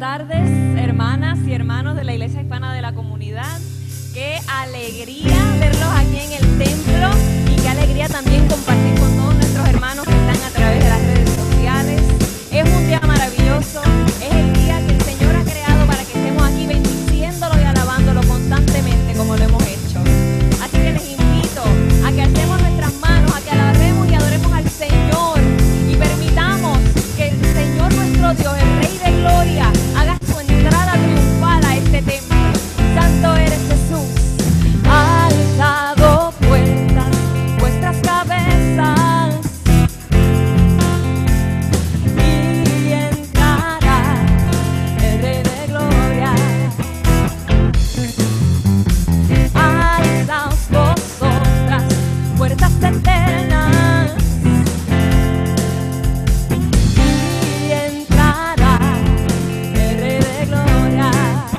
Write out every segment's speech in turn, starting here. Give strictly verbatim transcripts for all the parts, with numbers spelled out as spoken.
tardes, hermanas y hermanos de la Iglesia Hispana de la Comunidad. Qué alegría verlos aquí en el templo y qué alegría también compartir con todos nuestros hermanos que están a través de las redes sociales. Es un día maravilloso, es el día que el Señor ha creado para que estemos aquí bendiciéndolo y alabándolo constantemente como lo hemos hecho. Así que les invito a que alcemos nuestras manos, a que alabemos y adoremos al Señor y permitamos que el Señor nuestro Dios, el Rey de Gloria, haga su entrada triunfal a este templo. Santo eres Jesús. Alzado puertas vuestras cabezas y entrará el Rey de Gloria. Alzaos vosotras puertas eternas y entrará el Rey de Gloria.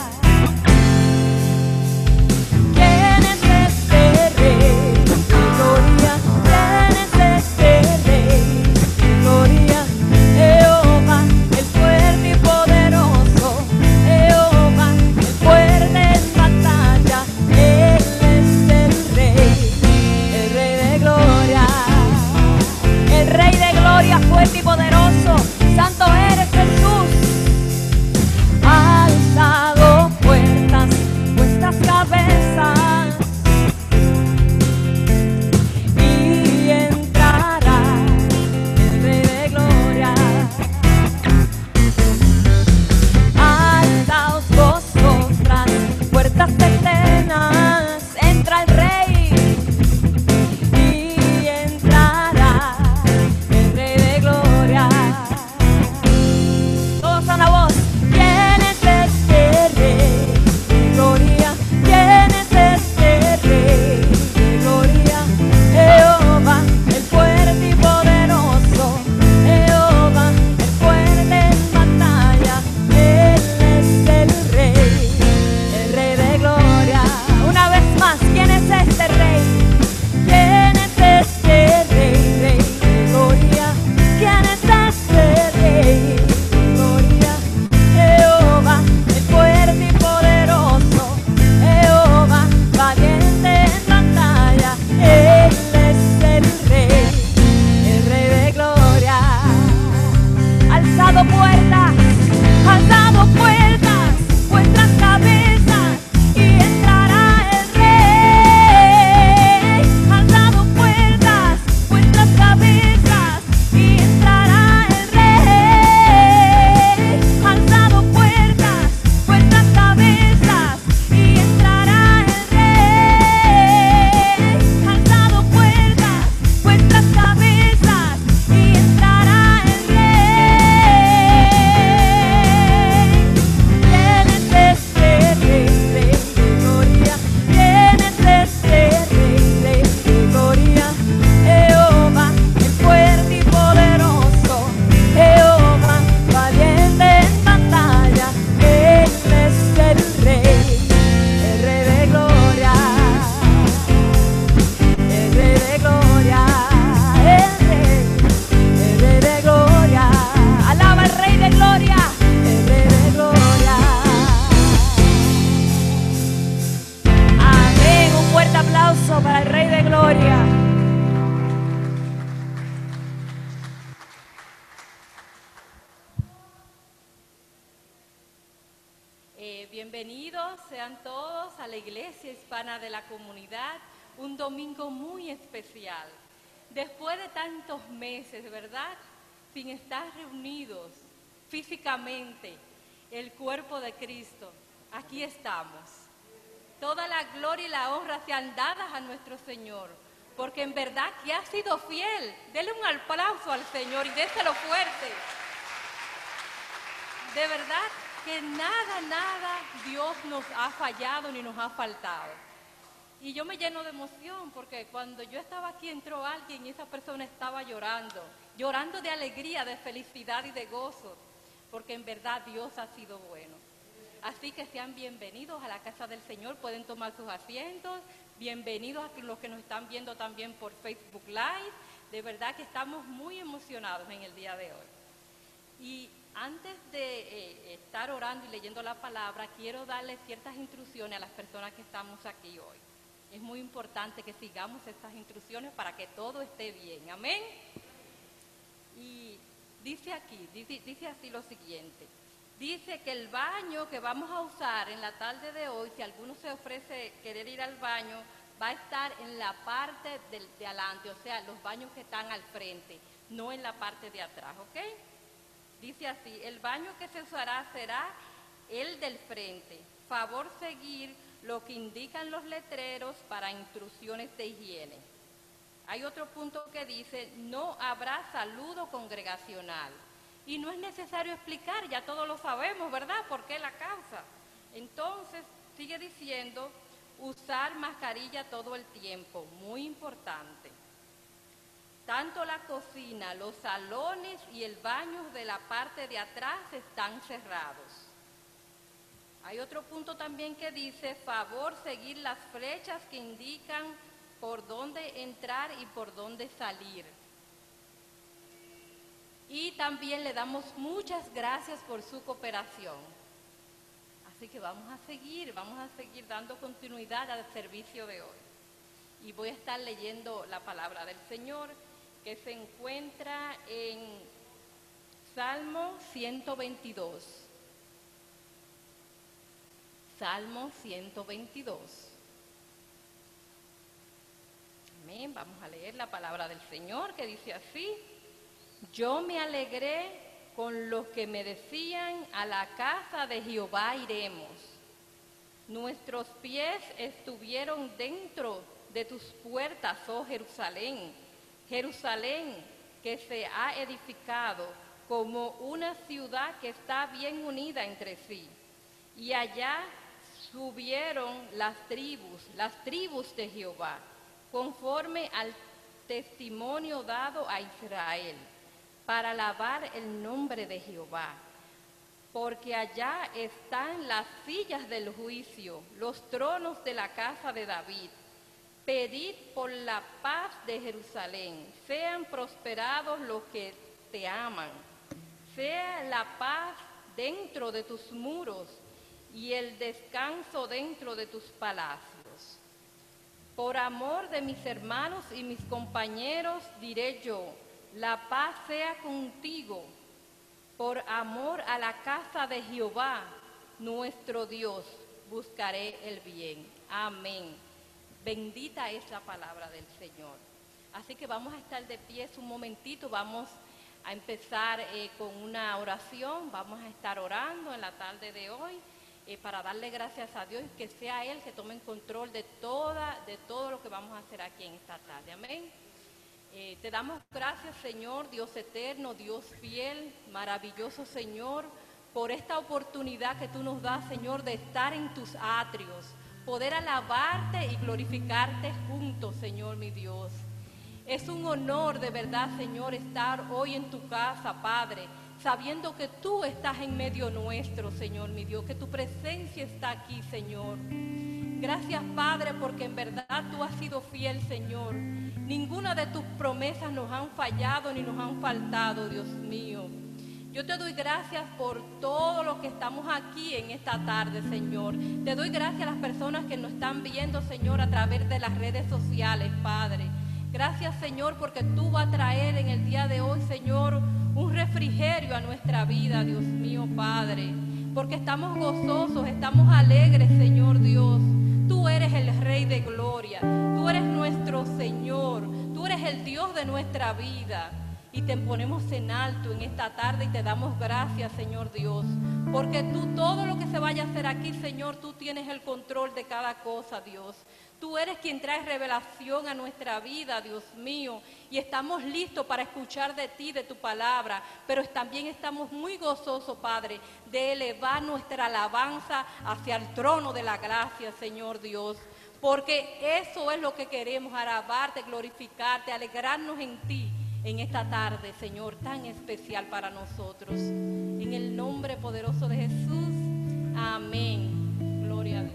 ¿Quién es este Rey de Gloria? ¿Quién es este Rey de Gloria? Jehová, el fuerte y poderoso, Jehová, el fuerte en batalla. Él es el Rey, el Rey de Gloria. El Rey de Gloria, fuerte y poderoso, santo eres Jesús. Alzado puertas vuestras cabezas y entrará el Rey de Gloria. Alzaos vosotras puertas eternas, entra el Rey y entrará el Rey de Gloria. Todos a una voz. ¿Quién es este Rey de Gloria? ¿Quién es este Rey de Gloria? Jehová, el fuerte y poderoso, Jehová, el fuerte en batalla. Él es el Rey, el Rey de Gloria. Una vez más, ¿quién es este Rey? ¿Quién es este Rey, Rey de Gloria? ¿Quién es este Rey de Gloria? Jehová, el fuerte y poderoso, Jehová, valiente en batalla. Él es el Rey, el Rey de Gloria. Alzado puertas, alzado puertas, vuestras cabezas y entrará el Rey. Alzado puertas, vuestras cabezas y entrará el Rey. Alzado puertas, vuestras cabezas y entrará el Rey. Alzado puertas, vuestras cabezas y entrará el Rey. ¿Quién es este Rey, Rey de Gloria? ¿Quién es este Rey, Rey de Gloria? Jehová, el fuerte y poderoso, Jehová, valiente en batalla. Él es el Rey, el Rey de Gloria, el Rey de Gloria, el Rey, el Rey de Gloria. Alaba al Rey de Gloria, el Rey de Gloria. Amén, un fuerte aplauso para el Rey de Gloria. Eh, bienvenidos sean todos a la Iglesia Hispana de la Comunidad, un domingo muy especial. Después de tantos meses, ¿verdad?, sin estar reunidos físicamente, el cuerpo de Cristo, aquí estamos. Toda la gloria y la honra sean dadas a nuestro Señor, porque en verdad que ha sido fiel. Denle un aplauso al Señor y déselo fuerte. De verdad que nada, nada Dios nos ha fallado ni nos ha faltado. Y yo me lleno de emoción porque cuando yo estaba aquí entró alguien y esa persona estaba llorando, llorando de alegría, de felicidad y de gozo, porque en verdad Dios ha sido bueno. Así que sean bienvenidos a la casa del Señor, pueden tomar sus asientos, bienvenidos a los que nos están viendo también por Facebook Live. De verdad que estamos muy emocionados en el día de hoy. Y Antes de eh, estar orando y leyendo la palabra, quiero darle ciertas instrucciones a las personas que estamos aquí hoy. Es muy importante que sigamos estas instrucciones para que todo esté bien. Amén. Y dice aquí, dice, dice así lo siguiente. Dice que el baño que vamos a usar en la tarde de hoy, si alguno se ofrece querer ir al baño, va a estar en la parte de, de adelante, o sea, los baños que están al frente, no en la parte de atrás, ¿ok? Dice así, el baño que se usará será el del frente. Favor seguir lo que indican los letreros para instrucciones de higiene. Hay otro punto que dice, no habrá saludo congregacional. Y no es necesario explicar, ya todos lo sabemos, ¿verdad? ¿Por qué la causa? Entonces, sigue diciendo, usar mascarilla todo el tiempo, muy importante. Tanto la cocina, los salones y el baño de la parte de atrás están cerrados. Hay otro punto también que dice, favor seguir las flechas que indican por dónde entrar y por dónde salir. Y también le damos muchas gracias por su cooperación. Así que vamos a seguir, vamos a seguir dando continuidad al servicio de hoy. Y voy a estar leyendo la palabra del Señor, que se encuentra en Salmo ciento veintidós. Salmo ciento veintidós. Amén. Vamos a leer la palabra del Señor, que dice así. Yo me alegré con los que me decían, a la casa de Jehová iremos. Nuestros pies estuvieron dentro de tus puertas, oh Jerusalén. Jerusalén, que se ha edificado como una ciudad que está bien unida entre sí. Y allá subieron las tribus, las tribus de Jehová, conforme al testimonio dado a Israel, para alabar el nombre de Jehová. Porque allá están las sillas del juicio, los tronos de la casa de David. Pedid por la paz de Jerusalén, sean prosperados los que te aman. Sea la paz dentro de tus muros y el descanso dentro de tus palacios. Por amor de mis hermanos y mis compañeros diré yo, la paz sea contigo. Por amor a la casa de Jehová, nuestro Dios, buscaré el bien. Amén. Bendita es la palabra del Señor. Así que vamos a estar de pie un momentito, vamos a empezar eh, con una oración, vamos a estar orando en la tarde de hoy eh, para darle gracias a Dios y que sea Él que tome en control de, toda, de todo lo que vamos a hacer aquí en esta tarde. Amén. Eh, te damos gracias, Señor, Dios eterno, Dios fiel, maravilloso, Señor, por esta oportunidad que tú nos das, Señor, de estar en tus atrios, poder alabarte y glorificarte juntos, Señor, mi Dios. Es un honor de verdad, Señor, estar hoy en tu casa, Padre, sabiendo que tú estás en medio nuestro, Señor, mi Dios, que tu presencia está aquí, Señor. Gracias, Padre, porque en verdad tú has sido fiel, Señor. Ninguna de tus promesas nos han fallado ni nos han faltado, Dios mío. Yo te doy gracias por todo lo que estamos aquí en esta tarde, Señor. Te doy gracias a las personas que nos están viendo, Señor, a través de las redes sociales, Padre. Gracias, Señor, porque tú vas a traer en el día de hoy, Señor, un refrigerio a nuestra vida, Dios mío, Padre. Porque estamos gozosos, estamos alegres, Señor Dios. Tú eres el Rey de Gloria, tú eres nuestro Señor, tú eres el Dios de nuestra vida. Y te ponemos en alto en esta tarde y te damos gracias, Señor Dios, porque tú todo lo que se vaya a hacer aquí, Señor, tú tienes el control de cada cosa, Dios. Tú eres quien trae revelación a nuestra vida, Dios mío, y estamos listos para escuchar de ti, de tu palabra, pero también estamos muy gozosos, Padre, de elevar nuestra alabanza hacia el trono de la gracia, Señor Dios, porque eso es lo que queremos, alabarte, glorificarte, alegrarnos en ti. En esta tarde, Señor, tan especial para nosotros. En el nombre poderoso de Jesús. Amén. Gloria a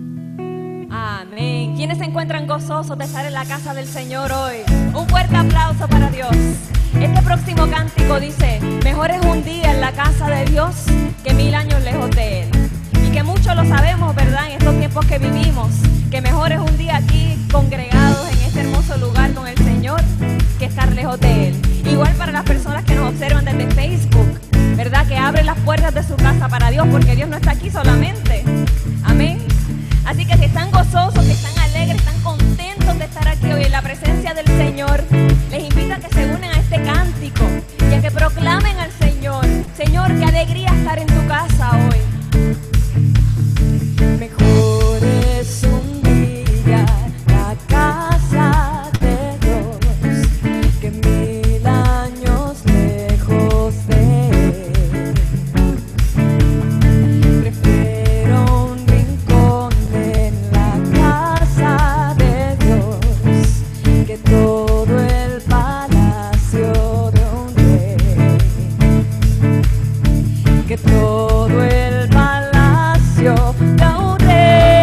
Dios. Amén. ¿Quiénes se encuentran gozosos de estar en la casa del Señor hoy? Un fuerte aplauso para Dios. Este próximo cántico dice: mejor es un día en la casa de Dios que mil años lejos de Él. Y que muchos lo sabemos, ¿verdad? En estos tiempos que vivimos, que mejor es un día aquí congregados en este hermoso lugar con el Señor que estar lejos de Él. Igual para las personas que nos observan desde Facebook, ¿verdad? Que abren las puertas de su casa para Dios, porque Dios no está aquí solamente. Amén. Así que si están gozosos, si están alegres, están contentos de estar aquí hoy en la presencia del Señor, les invito a que se unan a este cántico y a que proclamen al Señor: Señor, qué alegría estar en tu casa hoy. Mejor es un día la casa de Dios que mil años lejos de Él. Prefiero un rincón en la casa de Dios que todo el palacio de un rey, que todo el palacio de un rey.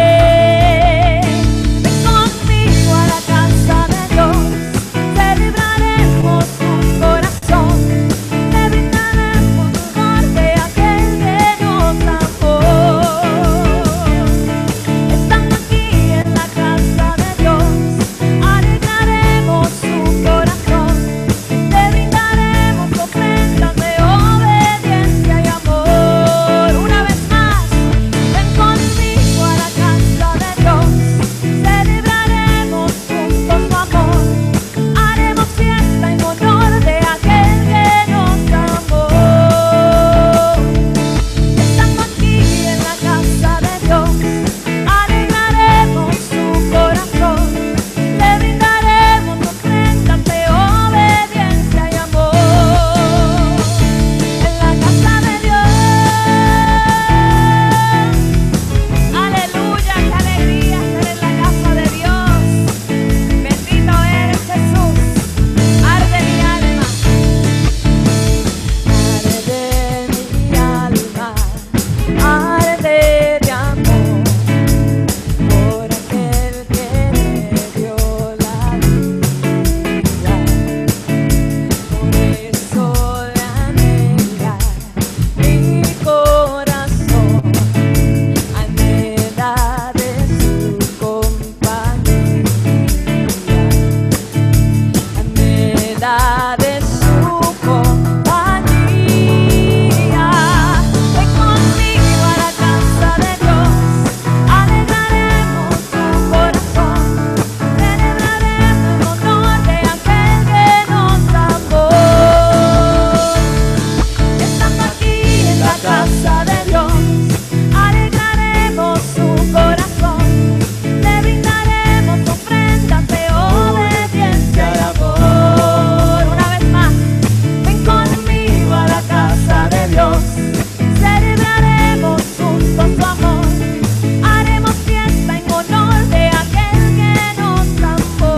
Ven conmigo a la casa de Dios, celebraremos un corazón, le brindaremos honor de aquel que nos amó. Estando aquí en la casa de Dios, alegraremos su corazón, le brindaremos ofrendas de obediencia y amor. Una vez más, ven conmigo a la casa de Dios, celebraremos juntos su amor, haremos fiesta en honor de aquel que nos amó. Estando aquí en la casa de Dios, alegraremos su corazón, le brindaremos ofrendas de obediencia y amor. En la casa de Dios, aleluya, qué alegría estar en la casa de Dios. Bendito eres, Jesús. Arde mi alma, arde mi alma, arde de amor por aquel que me dio la vida. Por eso le anhela mi corazón, anhela de su compañía, anhela de su compañía. Ven conmigo a la casa de Dios, alegraremos su corazón, celebraremos en honor de aquel que nos amó. Estando aquí en la casa de Dios, alegraremos su corazón, le brindaremos ofrendas de obediencia y amor. Una vez más, ven conmigo a la casa de Dios, celebraremos juntos su amor, haremos fiesta en honor de aquel que nos amó.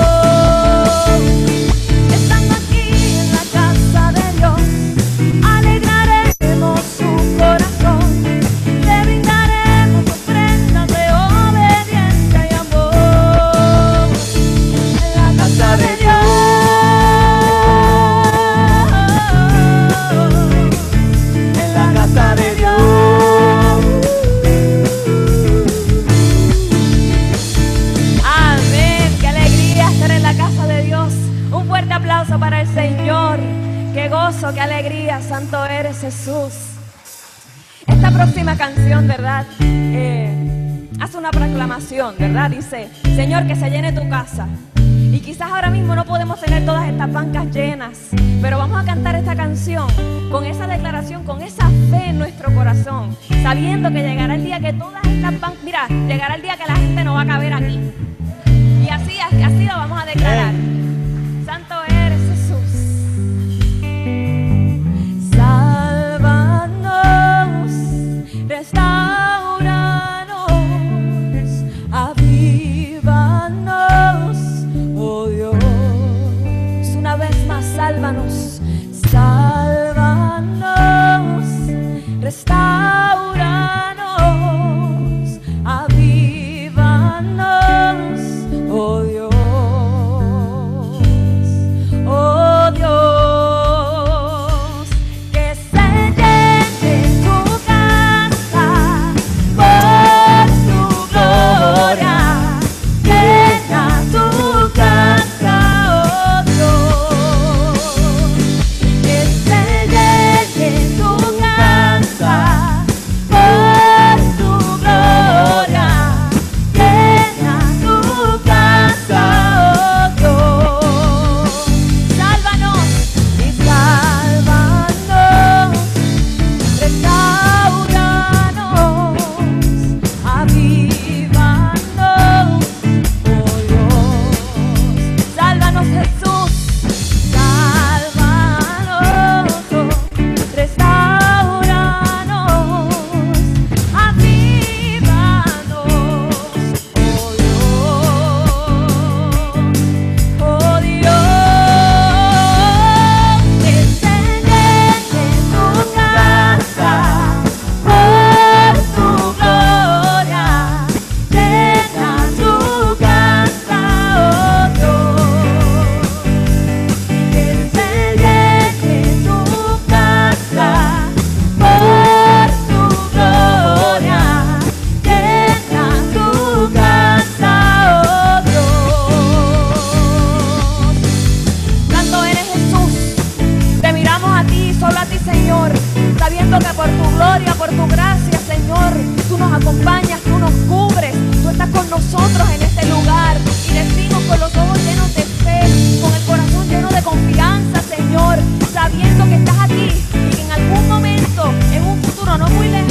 Estando aquí en la casa de Dios, alegraremos su corazón, le brindaremos ofrendas de obediencia y amor. En la casa de Dios, en la casa de Dios. Amén, qué alegría estar en la casa de Dios. Un fuerte aplauso para el Señor. Qué gozo, qué alegría, santo eres, Jesús. Esta próxima canción, ¿verdad? Eh, hace una proclamación, ¿verdad? Dice: Señor, que se llene tu casa. Y quizás ahora mismo no podemos tener todas estas bancas llenas, pero vamos a cantar esta canción con esa declaración, con esa fe en nuestro corazón, sabiendo que llegará el día que todas estas bancas, mira, llegará el día que la gente no va a caber aquí. Y así, así lo vamos a declarar. Santo eres, Jesús. Sálvanos, restauranos, avívanos, oh Dios. Una vez más, sálvanos, sálvanos, restauranos, avívanos, oh Dios, oh Dios.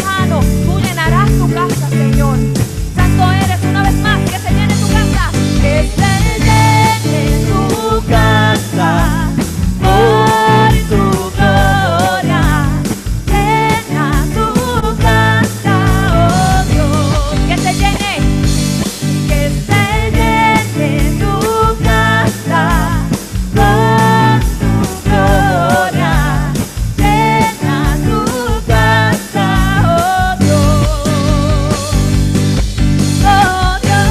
lejano, tú llenarás tu casa, Señor. Santo eres, una vez más, que se llene tu casa, que se llene tu casa por tu gloria. Llena tu casa, oh Dios, que se llene, que se llene tu casa con tu gloria. Llena tu casa, oh Dios, oh Dios.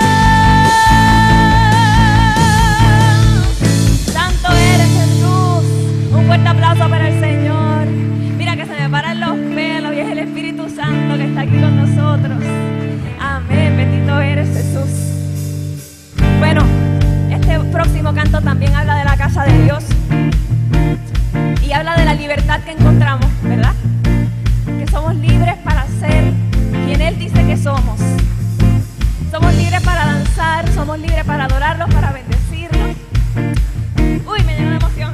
Santo eres, Jesús. Un fuerte aplauso para el Señor. Mira que se me paran los pelos y es el Espíritu Santo que está aquí con nosotros. Amén, bendito eres, Jesús. Bueno, este próximo canto también habla de la casa de Dios y habla de la libertad que encontramos, ¿verdad? Que somos libres para ser quien Él dice que somos. Somos libres para danzar, somos libres para adorarlos, para bendecirlos. Uy, me llenó de emoción.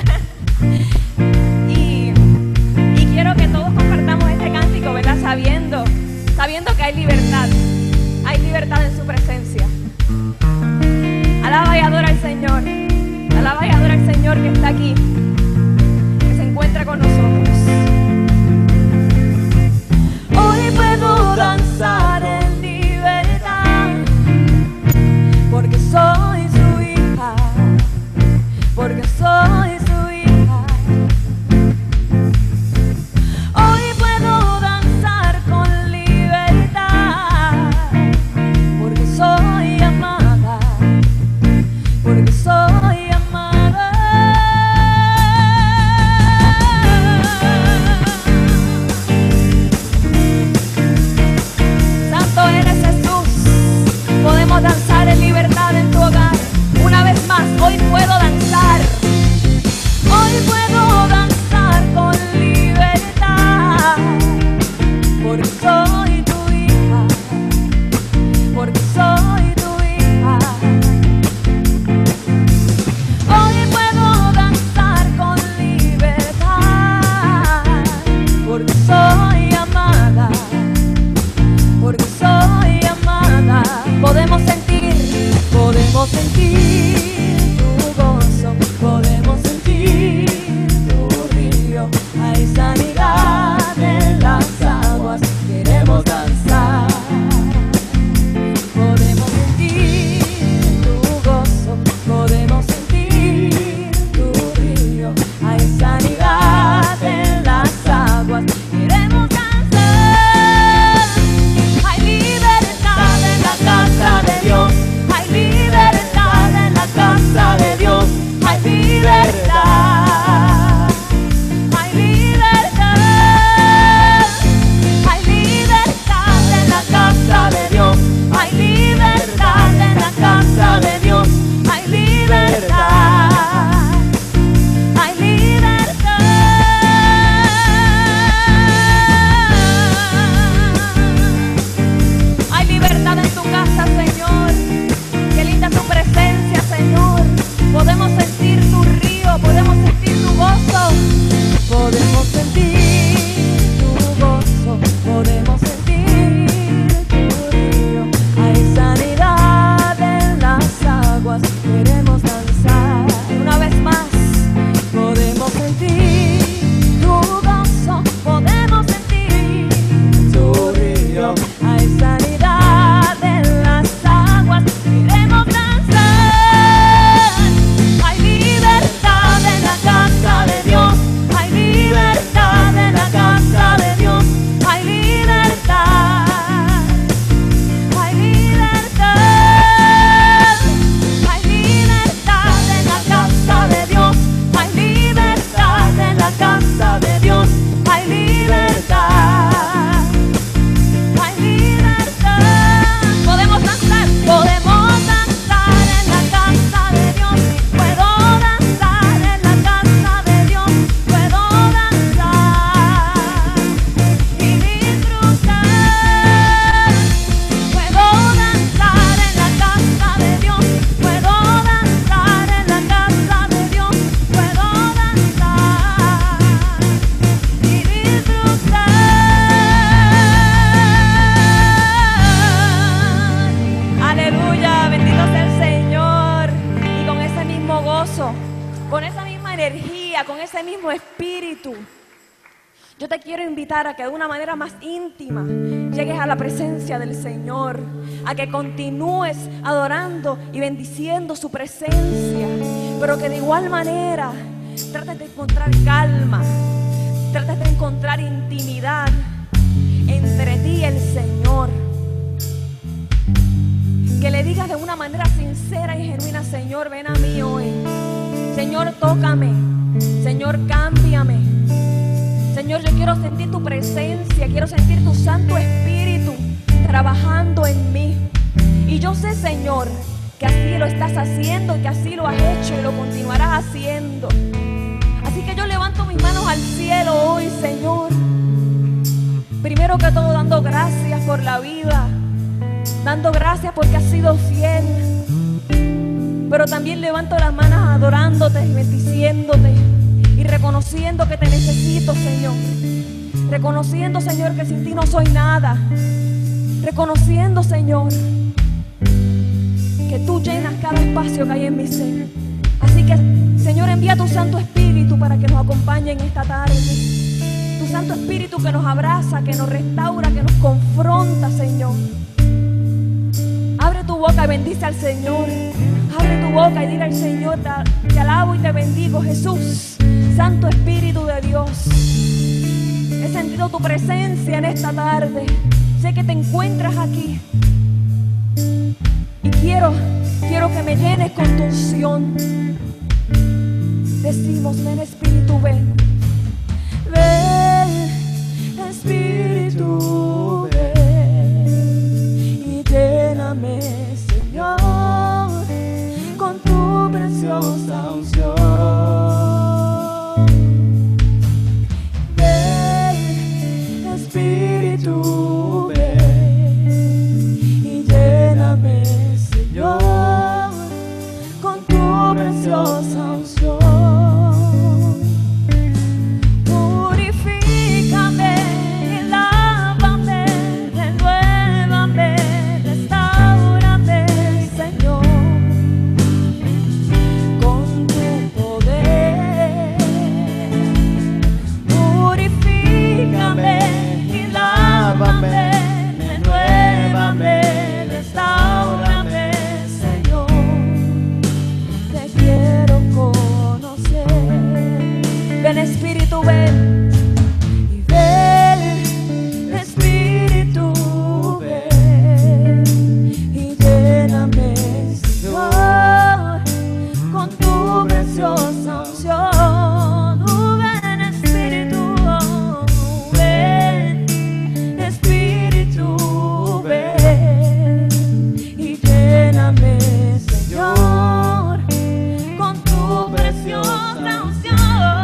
y, y quiero que todos compartamos este cántico, ¿verdad? Sabiendo, sabiendo que hay libertad. Hay libertad en su presencia. Alaba y adora al Señor. Alaba y adora al Señor que está aquí, que se encuentra con nosotros. Hoy puedo danzar en libertad, porque soy su hija, porque soy su hija. Hoy puedo danzar con libertad, porque soy amada, porque soy amada. Santo eres, Jesús. Podemos danzar en libertad en tu hogar. Una vez más, hoy puedo danzar. Hoy puedo danzar con libertad, porque soy tu hija, porque soy tu hija. Hoy puedo danzar con libertad, porque soy amada, porque soy amada. Podemos sentir, podemos sentir tu gozo, podemos sentir tu río. Hay sanidad en las aguas, queremos ese mismo espíritu, yo te quiero invitar a que de una manera más íntima llegues a la presencia del Señor, a que continúes adorando y bendiciendo su presencia, pero que de igual manera trates de encontrar calma, trates de encontrar intimidad entre ti y el Señor. Que le digas de una manera sincera y genuina: Señor, ven a mí hoy. Señor, tócame. Señor, cámbiame. Señor, yo quiero sentir tu presencia, quiero sentir tu Santo Espíritu trabajando en mí. Y yo sé, Señor, que así lo estás haciendo, que así lo has hecho y lo continuarás haciendo. Así que yo levanto mis manos al cielo hoy, Señor. Primero que todo, dando gracias por la vida, dando gracias porque has sido fiel. Pero también levanto las manos adorándote y bendiciéndote y reconociendo que te necesito, Señor. Reconociendo, Señor, que sin ti no soy nada. Reconociendo, Señor, que tú llenas cada espacio que hay en mi ser. Así que, Señor, envía tu Santo Espíritu para que nos acompañe en esta tarde. Tu Santo Espíritu que nos abraza, que nos restaura, que nos confronta, Señor. Abre tu boca y bendice al Señor. Abre tu boca y dile al Señor: te, te alabo y te bendigo, Jesús, Santo Espíritu de Dios. He sentido tu presencia en esta tarde. Sé que te encuentras aquí. Y quiero, quiero que me llenes con tu unción. Decimos: ven Espíritu, ven. Ven Espíritu, ven y lléname, Señor, con tu preciosa unción. Ven Espíritu, ven y lléname, Señor, con tu preciosa unción. Ven Espíritu, ven. Y ven Espíritu, ven y lléname, Señor, con tu preciosa unción. Uh, ven Espíritu, ven Espíritu, ven y lléname, Señor, con tu preciosa unción.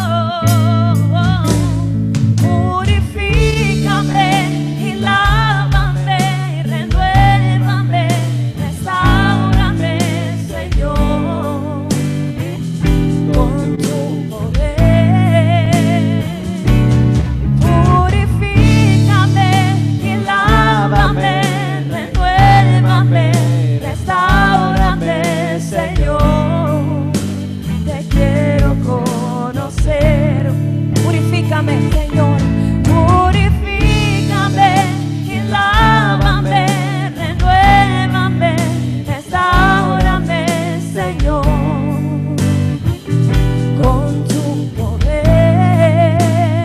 Señor, purifícame y lávame, renuévame, restáurame, Señor, con tu poder.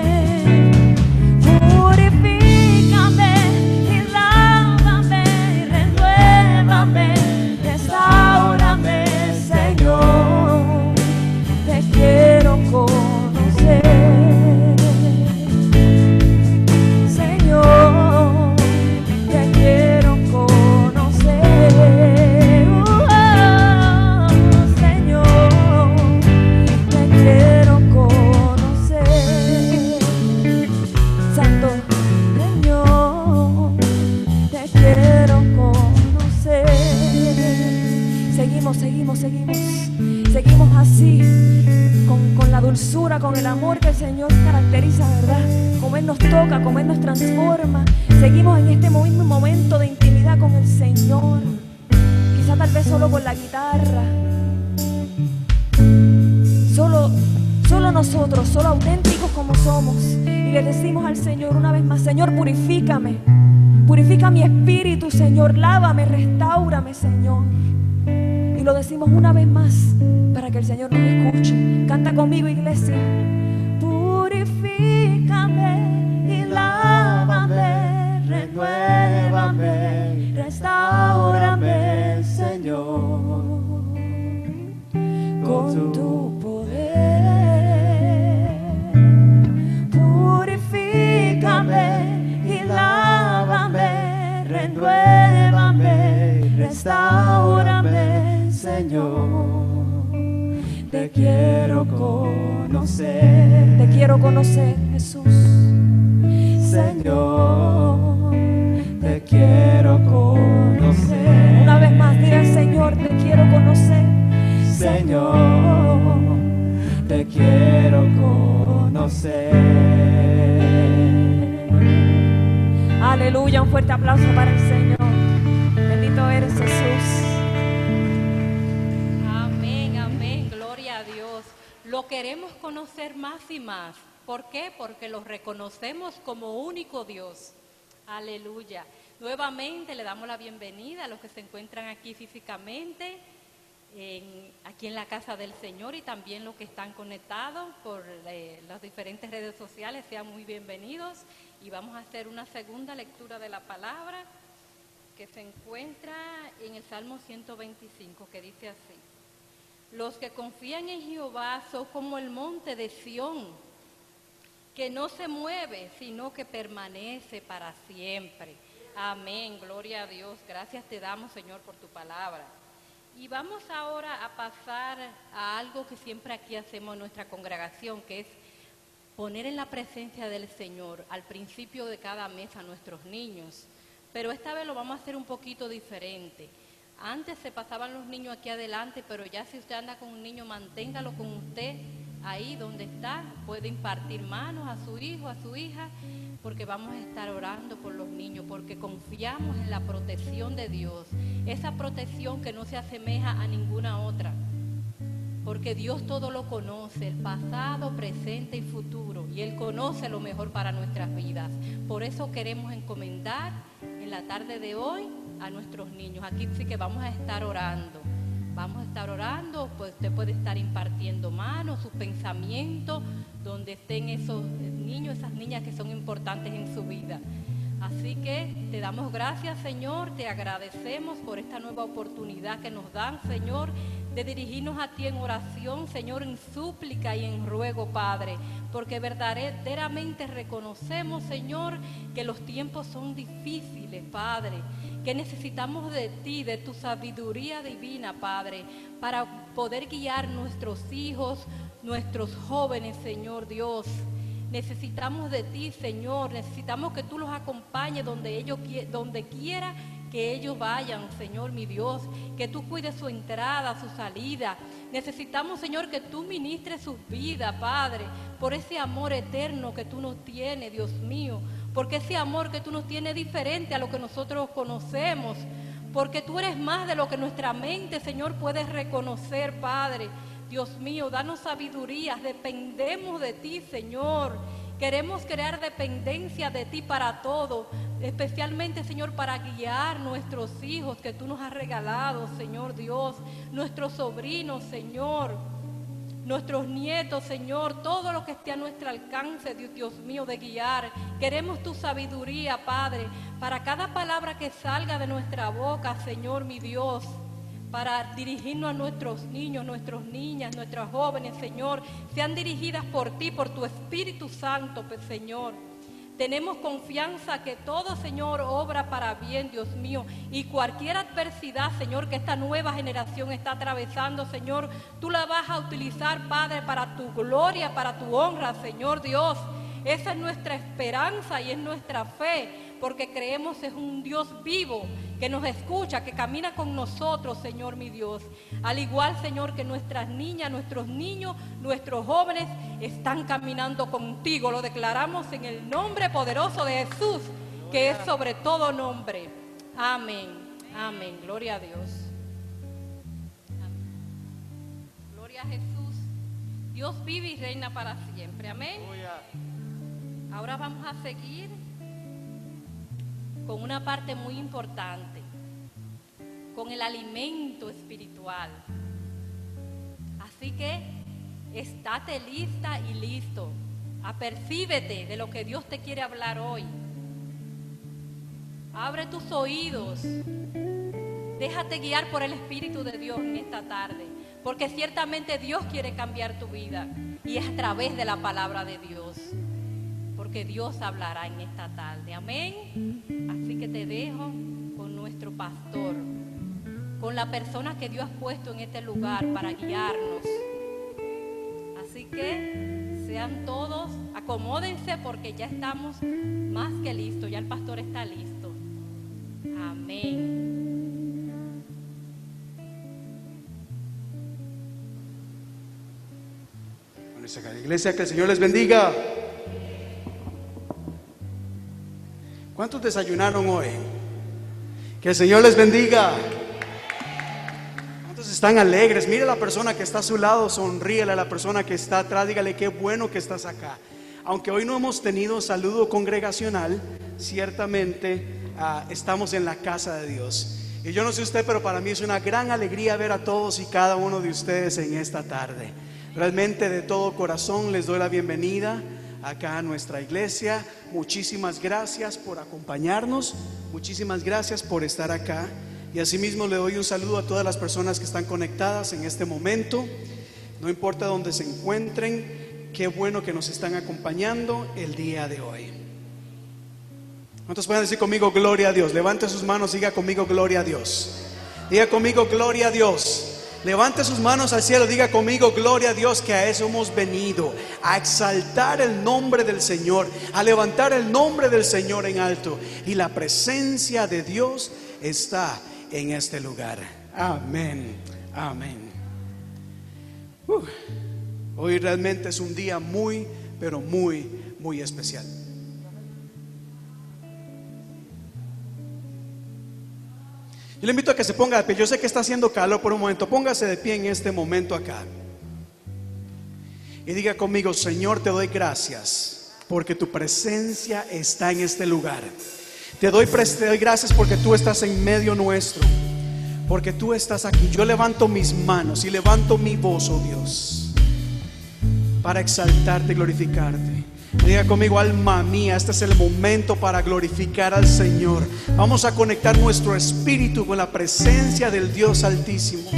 Purifícame y lávame, renuévame, restáurame, Señor, te quiero conocer. Seguimos, seguimos, seguimos así, con, con la dulzura, con el amor que el Señor caracteriza, ¿verdad? Como Él nos toca, como Él nos transforma. Seguimos en este mismo momento de intimidad con el Señor. Quizá tal vez solo con la guitarra, solo, solo solo nosotros, solo auténticos como somos. Y le decimos al Señor una vez más: Señor, purifícame, purifica mi espíritu, Señor, lávame, restáurame, Señor. Y lo decimos una vez más para que el Señor nos escuche. Canta conmigo, iglesia. Purifícame y lávame, renuévame, restáurame, Señor, con tu poder. Purifícame y lávame, renuévame, restáurame, Señor. Te quiero conocer, te quiero conocer, Jesús. Señor, te quiero conocer. Una vez más, diga al Señor: te quiero conocer. Señor, te quiero conocer. Aleluya, un fuerte aplauso para el Señor. Bendito eres, Jesús. Lo queremos conocer más y más. ¿Por qué? Porque lo reconocemos como único Dios. Aleluya. Nuevamente le damos la bienvenida a los que se encuentran aquí físicamente, en, aquí en la casa del Señor, y también los que están conectados por eh, las diferentes redes sociales. Sean muy bienvenidos, y vamos a hacer una segunda lectura de la palabra que se encuentra en el Salmo ciento veinticinco, que dice así: los que confían en Jehová son como el monte de Sión, que no se mueve, sino que permanece para siempre. Amén, gloria a Dios. Gracias te damos, Señor, por tu palabra. Y vamos ahora a pasar a algo que siempre aquí hacemos en nuestra congregación, que es poner en la presencia del Señor al principio de cada mes a nuestros niños. Pero esta vez lo vamos a hacer un poquito diferente. Antes se pasaban los niños aquí adelante, pero ya si usted anda con un niño, manténgalo con usted ahí donde está. Puede impartir manos a su hijo, a su hija, porque vamos a estar orando por los niños, porque confiamos en la protección de Dios. Esa protección que no se asemeja a ninguna otra, porque Dios todo lo conoce, el pasado, presente y futuro, y Él conoce lo mejor para nuestras vidas. Por eso queremos encomendar en la tarde de hoy a nuestros niños. Aquí sí que vamos a estar orando. Vamos a estar orando, pues usted puede estar impartiendo manos, sus pensamientos, donde estén esos niños, esas niñas que son importantes en su vida. Así que te damos gracias, Señor, te agradecemos por esta nueva oportunidad que nos dan, Señor, de dirigirnos a ti en oración, Señor, en súplica y en ruego, Padre, porque verdaderamente reconocemos, Señor, que los tiempos son difíciles, Padre, que necesitamos de ti, de tu sabiduría divina, Padre, para poder guiar nuestros hijos, nuestros jóvenes, Señor Dios. Necesitamos de ti, Señor, necesitamos que tú los acompañes donde ellos donde quiera que ellos vayan, Señor mi Dios, que tú cuides su entrada, su salida. Necesitamos, Señor, que tú ministres sus vidas, Padre, por ese amor eterno que tú nos tienes, Dios mío, porque ese amor que tú nos tienes es diferente a lo que nosotros conocemos, porque tú eres más de lo que nuestra mente, Señor, puede reconocer, Padre. Dios mío, danos sabiduría, dependemos de ti, Señor. Queremos crear dependencia de ti para todo, especialmente, Señor, para guiar nuestros hijos que tú nos has regalado, Señor Dios, nuestros sobrinos, Señor, nuestros nietos, Señor, todo lo que esté a nuestro alcance, Dios, Dios mío, de guiar. Queremos tu sabiduría, Padre, para cada palabra que salga de nuestra boca, Señor, mi Dios, para dirigirnos a nuestros niños, nuestras niñas, nuestras jóvenes, Señor, sean dirigidas por ti, por tu Espíritu Santo, pues, Señor. Tenemos confianza que todo, Señor, obra para bien, Dios mío, y cualquier adversidad, Señor, que esta nueva generación está atravesando, Señor, tú la vas a utilizar, Padre, para tu gloria, para tu honra, Señor Dios. Esa es nuestra esperanza y es nuestra fe, porque creemos es un Dios vivo que nos escucha, que camina con nosotros, Señor mi Dios. Al igual, Señor, que nuestras niñas, nuestros niños, nuestros jóvenes están caminando contigo. Lo declaramos en el nombre poderoso de Jesús, que es sobre todo nombre. Amén. Amén. Gloria a Dios. Amén. Gloria a Jesús. Dios vive y reina para siempre. Amén. Ahora vamos a seguir con una parte muy importante, con el alimento espiritual. Así que estate lista y listo. Apercíbete de lo que Dios te quiere hablar hoy. Abre tus oídos. Déjate guiar por el Espíritu de Dios en esta tarde, porque ciertamente Dios quiere cambiar tu vida y es a través de la palabra de Dios, porque Dios hablará en esta tarde. Amén. Así que te dejo con nuestro pastor, con la persona que Dios ha puesto en este lugar para guiarnos. Así que sean todos, acomódense porque ya estamos más que listos, ya el pastor está listo. Amén. Iglesia, que el Señor les bendiga. ¿Cuántos desayunaron hoy? Que el Señor les bendiga. ¿Cuántos están alegres? Mire a la persona que está a su lado, sonríele a la persona que está atrás, dígale qué bueno que estás acá. Aunque hoy no hemos tenido saludo congregacional, ciertamente uh, estamos en la casa de Dios. Y yo no sé usted, pero para mí es una gran alegría ver a todos y cada uno de ustedes en esta tarde. Realmente de todo corazón les doy la bienvenida acá a nuestra iglesia. Muchísimas gracias por acompañarnos, muchísimas gracias por estar acá. Y asimismo le doy un saludo a todas las personas que están conectadas en este momento. No importa dónde se encuentren, qué bueno que nos están acompañando el día de hoy. ¿Cuántos pueden decir conmigo gloria a Dios? Levante sus manos, diga conmigo gloria a Dios. Diga conmigo gloria a Dios. Levante sus manos al cielo, diga conmigo gloria a Dios, que a eso hemos venido, a exaltar el nombre del Señor, a levantar el nombre del Señor en alto. Y la presencia de Dios está en este lugar. Amén, amén. uh, Hoy realmente es un día muy, pero muy, muy especial. Yo le invito a que se ponga de pie. Yo sé que está haciendo calor por un momento. Póngase de pie en este momento acá y diga conmigo: Señor, te doy gracias porque tu presencia está en este lugar. Te doy, te doy gracias porque tú estás en medio nuestro, porque tú estás aquí. Yo levanto mis manos y levanto mi voz, oh Dios, para exaltarte y glorificarte. Diga conmigo: alma mía, este es el momento para glorificar al Señor. Vamos a conectar nuestro espíritu con la presencia del Dios Altísimo.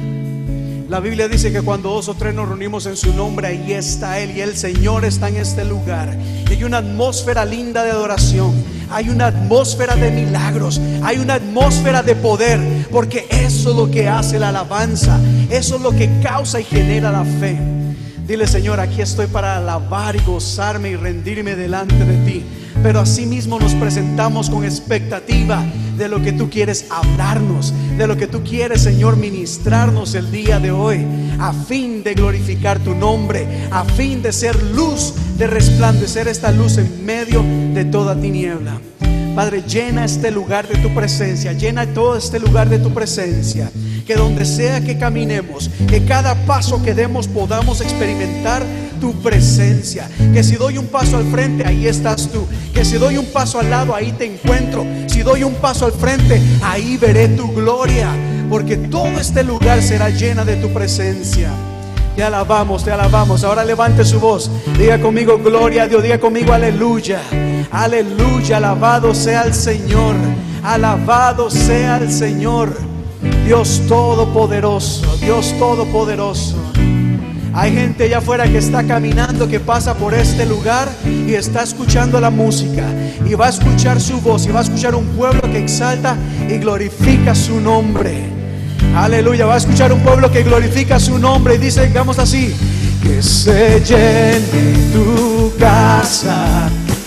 La Biblia dice que cuando dos o tres nos reunimos en su nombre, ahí está Él, y el Señor está en este lugar. Y hay una atmósfera linda de adoración, hay una atmósfera de milagros, hay una atmósfera de poder, porque eso es lo que hace la alabanza, eso es lo que causa y genera la fe. Dile: Señor, aquí estoy para alabar y gozarme y rendirme delante de ti. Pero asimismo nos presentamos con expectativa de lo que tú quieres hablarnos, de lo que tú quieres, Señor, ministrarnos el día de hoy, a fin de glorificar tu nombre, a fin de ser luz, de resplandecer esta luz en medio de toda tiniebla. Padre, llena este lugar de tu presencia, llena todo este lugar de tu presencia. Que donde sea que caminemos, que cada paso que demos podamos experimentar tu presencia. Que si doy un paso al frente, ahí estás tú. Que si doy un paso al lado, ahí te encuentro. Si doy un paso al frente, ahí veré tu gloria, porque todo este lugar será llena de tu presencia. Te alabamos, te alabamos. Ahora levante su voz, diga conmigo gloria a Dios, diga conmigo aleluya. Aleluya, alabado sea el Señor, alabado sea el Señor. Dios todopoderoso, Dios todopoderoso. Hay gente allá afuera que está caminando, que pasa por este lugar y está escuchando la música, y va a escuchar su voz, y va a escuchar un pueblo que exalta y glorifica su nombre. Aleluya, va a escuchar un pueblo que glorifica su nombre y dice, digamos así: que se llene tu casa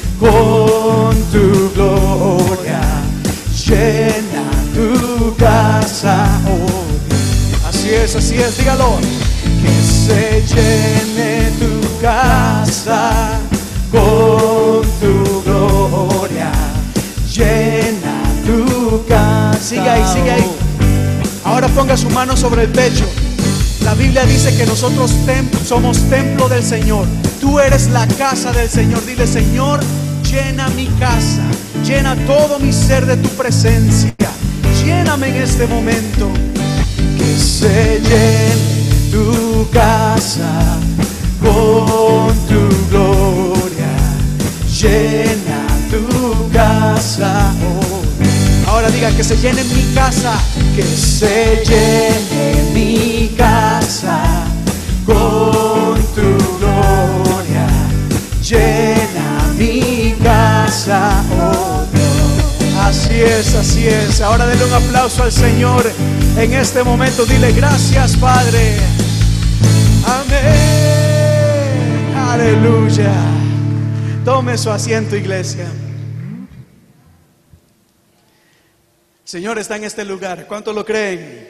con tu gloria, llena tu casa, oh. Así es, así es, dígalo. Que se llene tu casa con tu gloria, llena tu casa. Sigue ahí, sigue ahí. Ahora ponga su mano sobre el pecho La Biblia dice que nosotros tem- somos templo del Señor. Tú eres la casa del Señor. Dile: Señor, llena mi casa, llena todo mi ser de tu presencia. Lléname en este momento. Que se llene tu casa con tu gloria. Llena tu casa. Oh. Ahora diga: que se llene mi casa. Que se llene mi casa con tu gloria. Llena mi casa, oh Dios. Así es, así es. Ahora denle un aplauso al Señor en este momento. Dile: gracias, Padre. Amén. Aleluya. Tome su asiento, iglesia. El Señor está en este lugar. ¿Cuántos lo creen?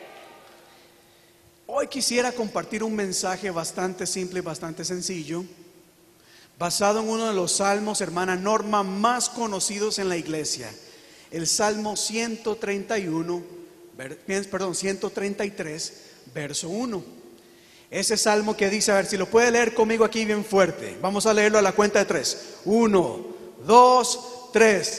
Hoy quisiera compartir un mensaje bastante simple y bastante sencillo, basado en uno de los salmos, hermana Norma, más conocidos en la iglesia. El Salmo ciento treinta y uno, perdón, ciento treinta y tres, verso uno. Ese salmo que dice, a ver si lo puede leer conmigo aquí bien fuerte. Vamos a leerlo a la cuenta de tres. Uno, dos, tres.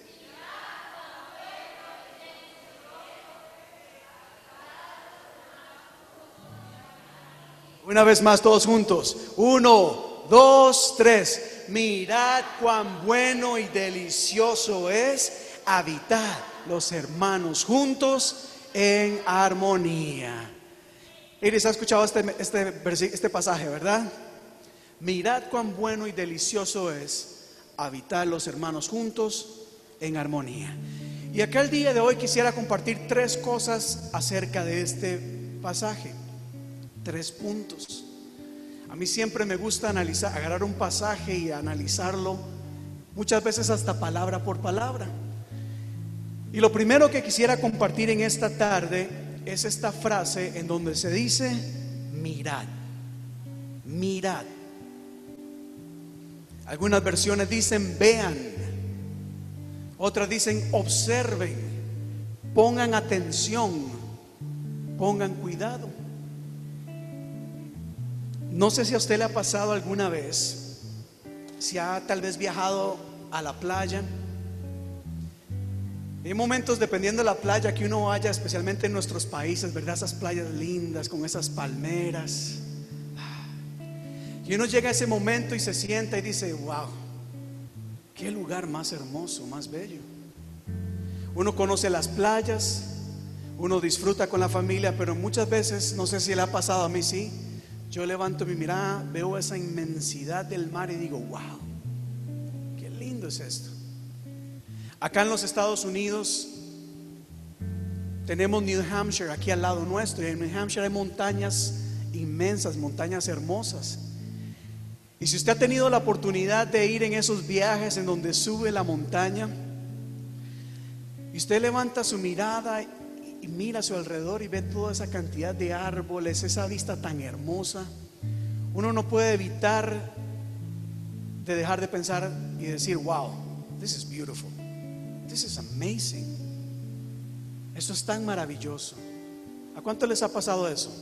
Una vez más, todos juntos. Uno, dos, tres. Mirad cuán bueno y delicioso es habitar los hermanos juntos en armonía. Iris, ¿ha escuchado este, este, este pasaje, verdad? Mirad cuán bueno y delicioso es habitar los hermanos juntos en armonía. Y acá el día de hoy quisiera compartir tres cosas acerca de este pasaje. Tres puntos. A mí siempre me gusta analizar, agarrar un pasaje y analizarlo, muchas veces hasta palabra por palabra. Y lo primero que quisiera compartir en esta tarde es esta frase en donde se dice: mirad, mirad. Algunas versiones dicen vean, otras dicen observen, pongan atención, pongan cuidado. No sé si a usted le ha pasado alguna vez, si ha tal vez viajado a la playa. Hay momentos, dependiendo de la playa que uno vaya, especialmente en nuestros países, ¿verdad? Esas playas lindas con esas palmeras. Y uno llega a ese momento y se sienta y dice: wow, qué lugar más hermoso, más bello. Uno conoce las playas, uno disfruta con la familia, pero muchas veces, no sé si le ha pasado, a mí sí, yo levanto mi mirada, veo esa inmensidad del mar y digo: wow, qué lindo es esto. Acá en los Estados Unidos tenemos New Hampshire aquí al lado nuestro, y en New Hampshire hay montañas inmensas, montañas hermosas. Y si usted ha tenido la oportunidad de ir en esos viajes en donde sube la montaña, y usted levanta su mirada y mira a su alrededor y ve toda esa cantidad de árboles, esa vista tan hermosa, uno no puede evitar de dejar de pensar y decir: wow, this is beautiful, this is amazing. Eso es tan maravilloso. ¿A cuánto les ha pasado eso?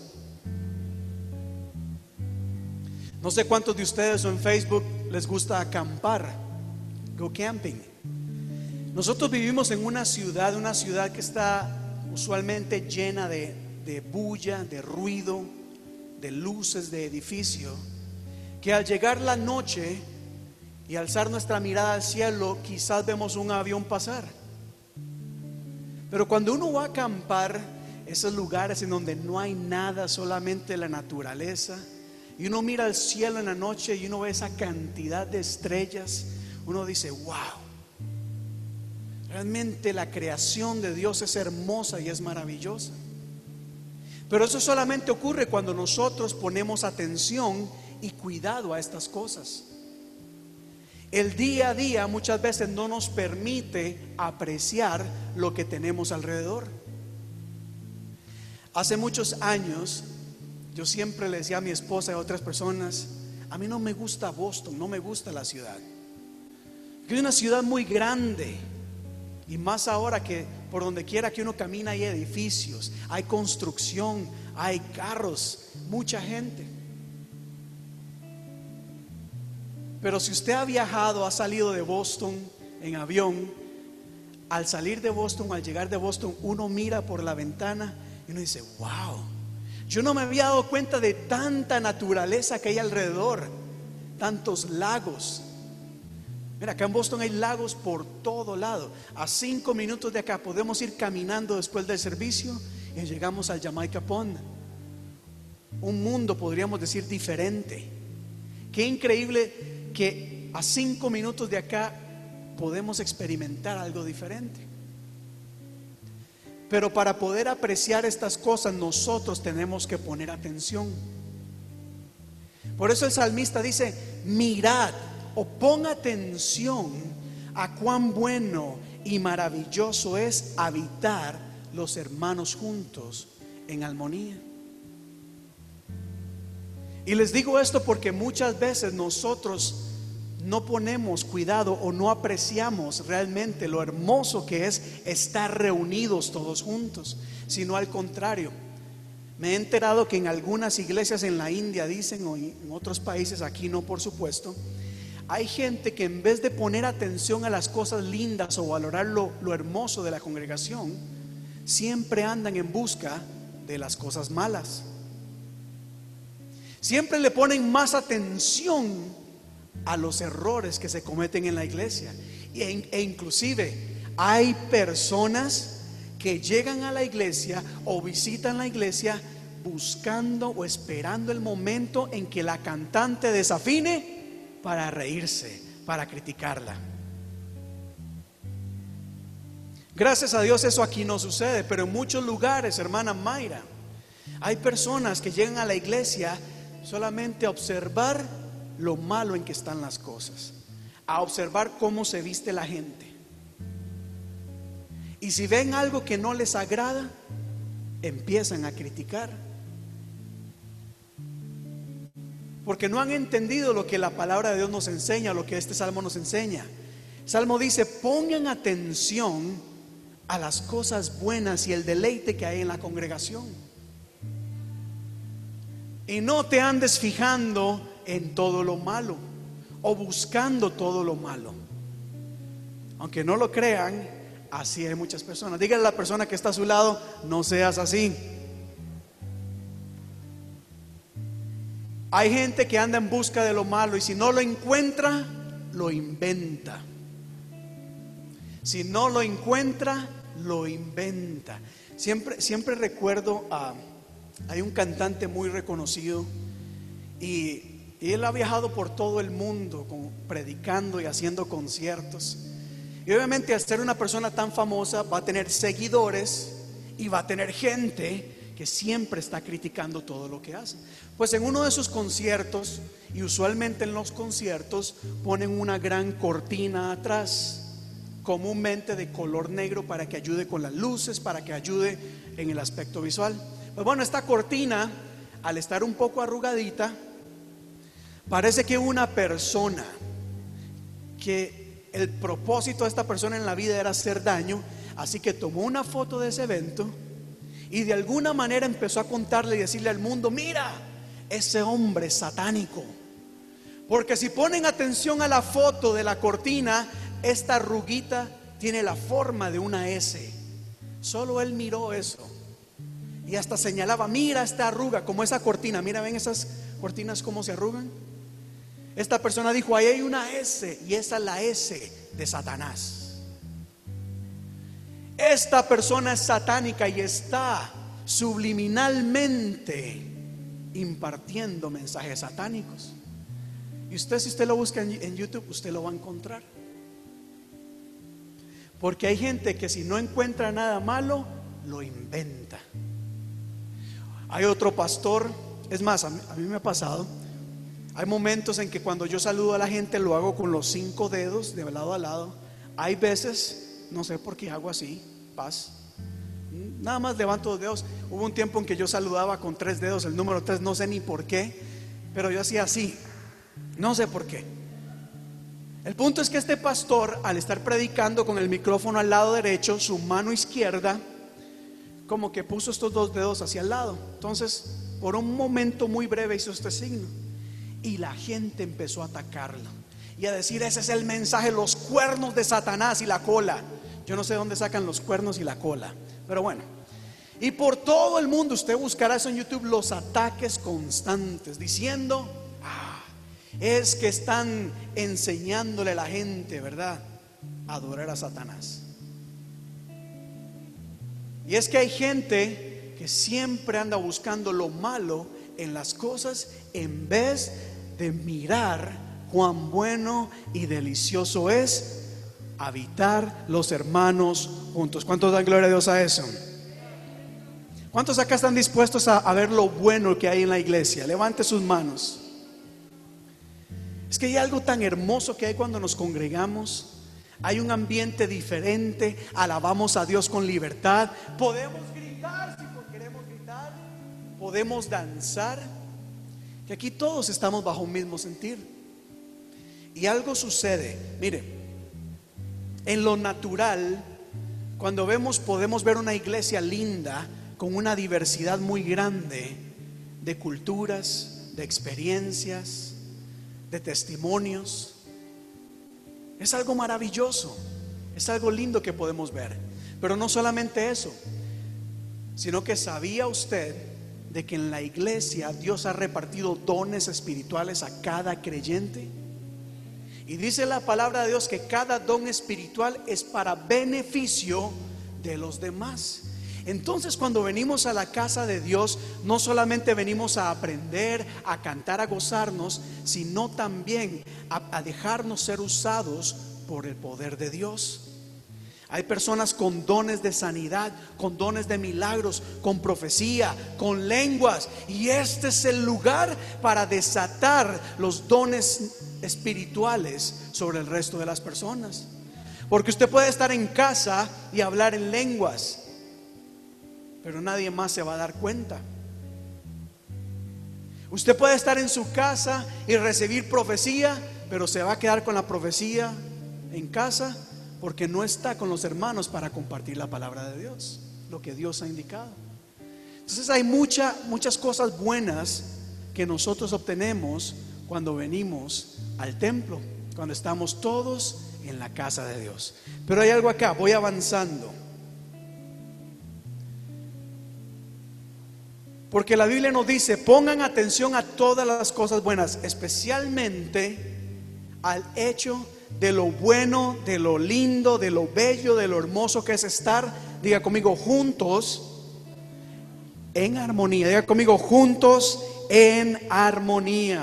No sé cuántos de ustedes o en Facebook les gusta acampar, go camping. Nosotros vivimos en una ciudad, una ciudad que está usualmente llena de, de bulla, de ruido, de luces, de edificio, que al llegar la noche y alzar nuestra mirada al cielo, quizás vemos un avión pasar. Pero cuando uno va a acampar, esos lugares en donde no hay nada, solamente la naturaleza, y uno mira al cielo en la noche y uno ve esa cantidad de estrellas, uno dice: wow, realmente la creación de Dios es hermosa y es maravillosa. Pero eso solamente ocurre cuando nosotros ponemos atención y cuidado a estas cosas. El día a día muchas veces no nos permite apreciar lo que tenemos alrededor. Hace muchos años yo siempre le decía a mi esposa y a otras personas: a mí no me gusta Boston, no me gusta la ciudad. Es una ciudad muy grande, y más ahora que por donde quiera que uno camina hay edificios, hay construcción, hay carros, mucha gente. Pero si usted ha viajado, ha salido de Boston en avión, al salir de Boston, al llegar de Boston, uno mira por la ventana y uno dice: wow, yo no me había dado cuenta de tanta naturaleza que hay alrededor, tantos lagos. Mira, acá en Boston hay lagos por todo lado. A cinco minutos de acá podemos ir caminando después del servicio y llegamos al Jamaica Pond. Un mundo, podríamos decir, diferente. Qué increíble que a cinco minutos de acá podemos experimentar algo diferente. Pero para poder apreciar estas cosas, nosotros tenemos que poner atención. Por eso el salmista dice: mirad, o pon atención a cuán bueno y maravilloso es habitar los hermanos juntos en armonía. Y les digo esto porque muchas veces nosotros no ponemos cuidado o no apreciamos realmente lo hermoso que es estar reunidos todos juntos, sino al contrario. Me he enterado que en algunas iglesias en la India dicen, o en otros países, aquí no por supuesto, hay gente que en vez de poner atención a las cosas lindas o valorar lo, lo hermoso de la congregación, siempre andan en busca de las cosas malas. Siempre le ponen más atención a los errores que se cometen en la iglesia. E, e inclusive hay personas que llegan a la iglesia o visitan la iglesia buscando o esperando el momento en que la cantante desafine para reírse, para criticarla. Gracias a Dios eso aquí no sucede, pero en muchos lugares, hermana Mayra, hay personas que llegan a la iglesia solamente a observar lo malo en que están las cosas, a observar cómo se viste la gente. Y si ven algo que no les agrada, empiezan a criticar, porque no han entendido lo que la palabra de Dios nos enseña, lo que este salmo nos enseña. El salmo dice: pongan atención a las cosas buenas y el deleite que hay en la congregación, y no te andes fijando en todo lo malo o buscando todo lo malo. Aunque no lo crean, así hay muchas personas. Dígale a la persona que está a su lado: no seas así. Hay gente que anda en busca de lo malo y si no lo encuentra, lo inventa. Si no lo encuentra, lo inventa. Siempre, siempre recuerdo a, hay un cantante muy reconocido y, y él ha viajado por todo el mundo con, predicando y haciendo conciertos. Y obviamente, al ser una persona tan famosa, va a tener seguidores y va a tener gente que siempre está criticando todo lo que hace. Pues en uno de sus conciertos, y usualmente en los conciertos, ponen una gran cortina atrás, comúnmente de color negro, para que ayude con las luces, para que ayude en el aspecto visual. Pues bueno, esta cortina, al estar un poco arrugadita, parece que una persona que el propósito de esta persona en la vida era hacer daño, así que tomó una foto de ese evento y de alguna manera empezó a contarle y decirle al mundo: mira, ese hombre es satánico. Porque si ponen atención a la foto de la cortina, esta arruguita tiene la forma de una S. Solo él miró eso y hasta señalaba: mira esta arruga, como esa cortina. Mira, ven esas cortinas cómo se arrugan. Esta persona dijo: ahí hay una S, y esa es la S de Satanás. Esta persona es satánica y está subliminalmente impartiendo mensajes satánicos. Y usted, si usted lo busca en, en YouTube, usted lo va a encontrar. Porque hay gente que si no encuentra nada malo, lo inventa. Hay otro pastor, es más, a mí, a mí me ha pasado. Hay momentos en que cuando yo saludo a la gente lo hago con los cinco dedos de lado a lado. Hay veces, no sé por qué hago así, paz, nada más levanto los dedos. Hubo un tiempo en que yo saludaba con tres dedos, el número tres, no sé ni por qué, pero yo hacía así, no sé por qué. El punto es que este pastor, al estar predicando con el micrófono al lado derecho, su mano izquierda como que puso estos dos dedos hacia el lado. Entonces, por un momento muy breve hizo este signo. Y la gente empezó a atacarlo y a decir: ese es el mensaje, los cuernos de Satanás y la cola. Yo no sé dónde sacan los cuernos y la cola, pero bueno. Y por todo el mundo, usted buscará eso en YouTube, los ataques constantes, diciendo: ah, es que están enseñándole a la gente, ¿verdad?, a adorar a Satanás. Y es que hay gente que siempre anda buscando lo malo en las cosas en vez de mirar cuán bueno y delicioso es habitar los hermanos juntos. ¿Cuántos dan gloria a Dios a eso? ¿Cuántos acá están dispuestos a, a ver lo bueno que hay en la iglesia? Levante sus manos. Es que hay algo tan hermoso que hay cuando nos congregamos. Hay un ambiente diferente, alabamos a Dios con libertad, podemos gritar si queremos gritar, podemos danzar, que aquí todos estamos bajo un mismo sentir. Y algo sucede, mire, en lo natural, cuando vemos, podemos ver una iglesia linda con una diversidad muy grande de culturas, de experiencias, de testimonios. Es algo maravilloso, es algo lindo que podemos ver. Pero no solamente eso, sino que ¿sabía usted de que en la iglesia Dios ha repartido dones espirituales a cada creyente? Y dice la palabra de Dios que cada don espiritual es para beneficio de los demás. Entonces, cuando venimos a la casa de Dios, no solamente venimos a aprender, a cantar, a gozarnos, sino también a, a dejarnos ser usados por el poder de Dios. Hay personas con dones de sanidad, con dones de milagros, con profecía, con lenguas, y este es el lugar para desatar los dones espirituales sobre el resto de las personas. Porque usted puede estar en casa y hablar en lenguas, pero nadie más se va a dar cuenta. Usted puede estar en su casa y recibir profecía, pero se va a quedar con la profecía en casa, porque no está con los hermanos para compartir la palabra de Dios, lo que Dios ha indicado. Entonces hay mucha, muchas cosas buenas que nosotros obtenemos cuando venimos al templo, cuando estamos todos en la casa de Dios. Pero hay algo acá, voy avanzando. Porque la Biblia nos dice: pongan atención a todas las cosas buenas, especialmente al hecho de lo bueno, de lo lindo, de lo bello, de lo hermoso que es estar, diga conmigo, juntos en armonía. Diga conmigo, juntos en armonía.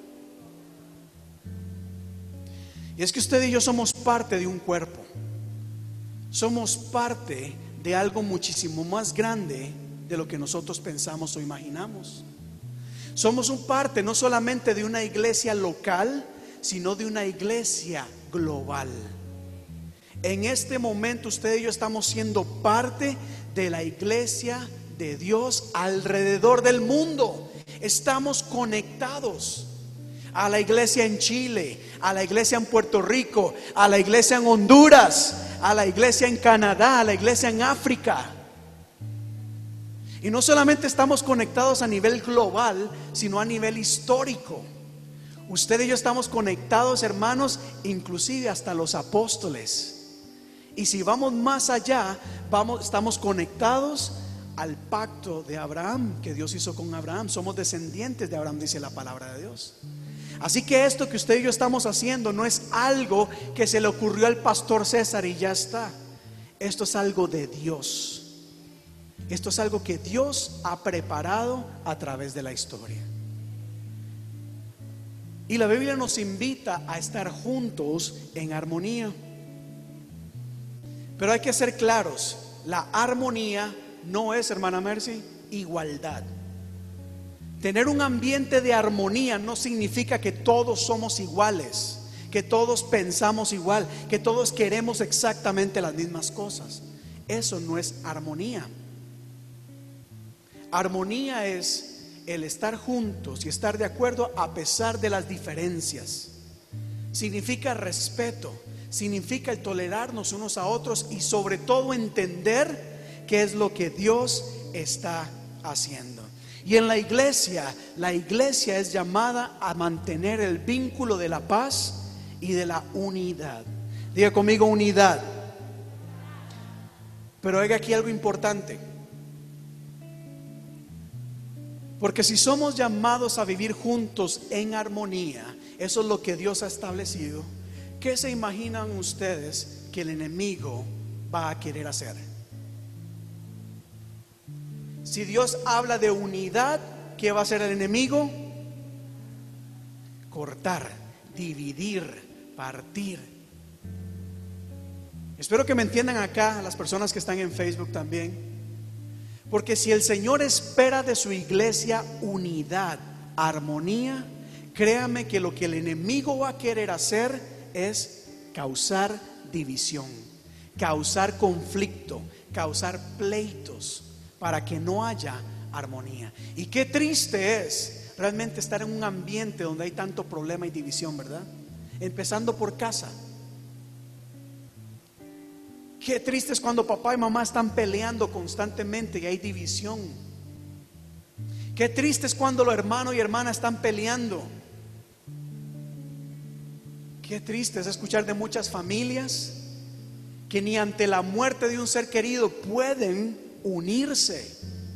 Y es que usted y yo somos parte de un cuerpo, somos parte de algo muchísimo más grande de lo que nosotros pensamos o imaginamos. Somos un parte no solamente de una iglesia local, sino de una iglesia global. En este momento usted y yo estamos siendo parte de la iglesia de Dios alrededor del mundo. Estamos conectados a la iglesia en Chile, a la iglesia en Puerto Rico, a la iglesia en Honduras, a la iglesia en Canadá, a la iglesia en África. Y no solamente estamos conectados a nivel global, sino a nivel histórico. Usted y yo estamos conectados, hermanos, inclusive hasta los apóstoles. Y si vamos más allá, vamos, estamos conectados al pacto de Abraham que Dios hizo con Abraham. Somos descendientes de Abraham, dice la palabra de Dios. Así que esto que usted y yo estamos haciendo no es algo que se le ocurrió al pastor César y ya está. Esto es algo de Dios. Esto es algo que Dios ha preparado a través de la historia. Y la Biblia nos invita a estar juntos en armonía. Pero hay que ser claros, la armonía no es, hermana Mercy, igualdad. Tener un ambiente de armonía no significa que todos somos iguales, que todos pensamos igual, que todos queremos exactamente las mismas cosas. Eso no es armonía. Armonía es el estar juntos y estar de acuerdo a pesar de las diferencias. Significa respeto, significa el tolerarnos unos a otros y sobre todo entender qué es lo que Dios está haciendo. Y en la iglesia, la iglesia es llamada a mantener el vínculo de la paz y de la unidad. Diga conmigo, unidad. Pero oiga aquí algo importante, porque si somos llamados a vivir juntos en armonía, eso es lo que Dios ha establecido. ¿Qué se imaginan ustedes que el enemigo va a querer hacer? Si Dios habla de unidad, ¿qué va a hacer el enemigo? Cortar, dividir, partir. Espero que me entiendan acá las personas que están en Facebook también, porque si el Señor espera de su iglesia unidad, armonía, créame que lo que el enemigo va a querer hacer es causar división, causar conflicto, causar pleitos, para que no haya armonía. Y qué triste es realmente estar en un ambiente donde hay tanto problema y división, ¿verdad? Empezando por casa. Qué triste es cuando papá y mamá están peleando constantemente y hay división. Qué triste es cuando los hermanos y hermanas están peleando. Qué triste es escuchar de muchas familias que ni ante la muerte de un ser querido pueden unirse.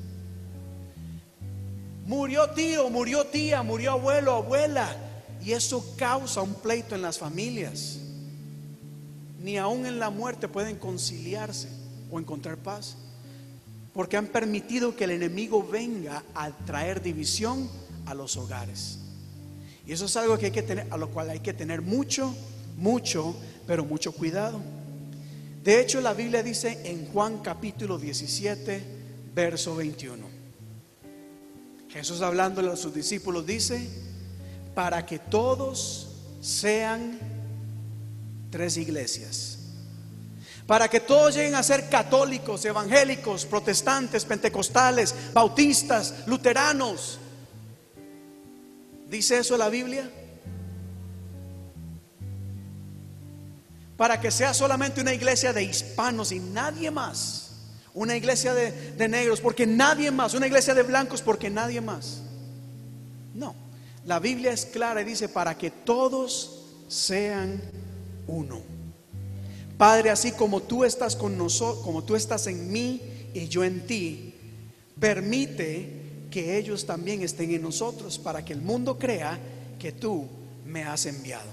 Murió tío, murió tía, murió abuelo, abuela, y eso causa un pleito en las familias. Ni aún en la muerte pueden conciliarse o encontrar paz, porque han permitido que el enemigo venga a traer división a los hogares. Y eso es algo que hay que tener, a lo cual hay que tener mucho, mucho, pero mucho cuidado. De hecho, la Biblia dice en Juan capítulo diecisiete, verso veintiuno, Jesús hablándole a sus discípulos dice: para que todos sean tres iglesias, para que todos lleguen a ser católicos, evangélicos, protestantes, pentecostales, bautistas, luteranos. ¿Dice eso la Biblia? Para que sea solamente una iglesia de hispanos y nadie más, una iglesia de, de negros porque nadie más, una iglesia de blancos porque nadie más. No, la Biblia es clara y dice: para que todos sean uno. Padre, así como tú estás con nosotros, como tú estás en mí y yo en ti, permite que ellos también estén en nosotros, para que el mundo crea que tú me has enviado.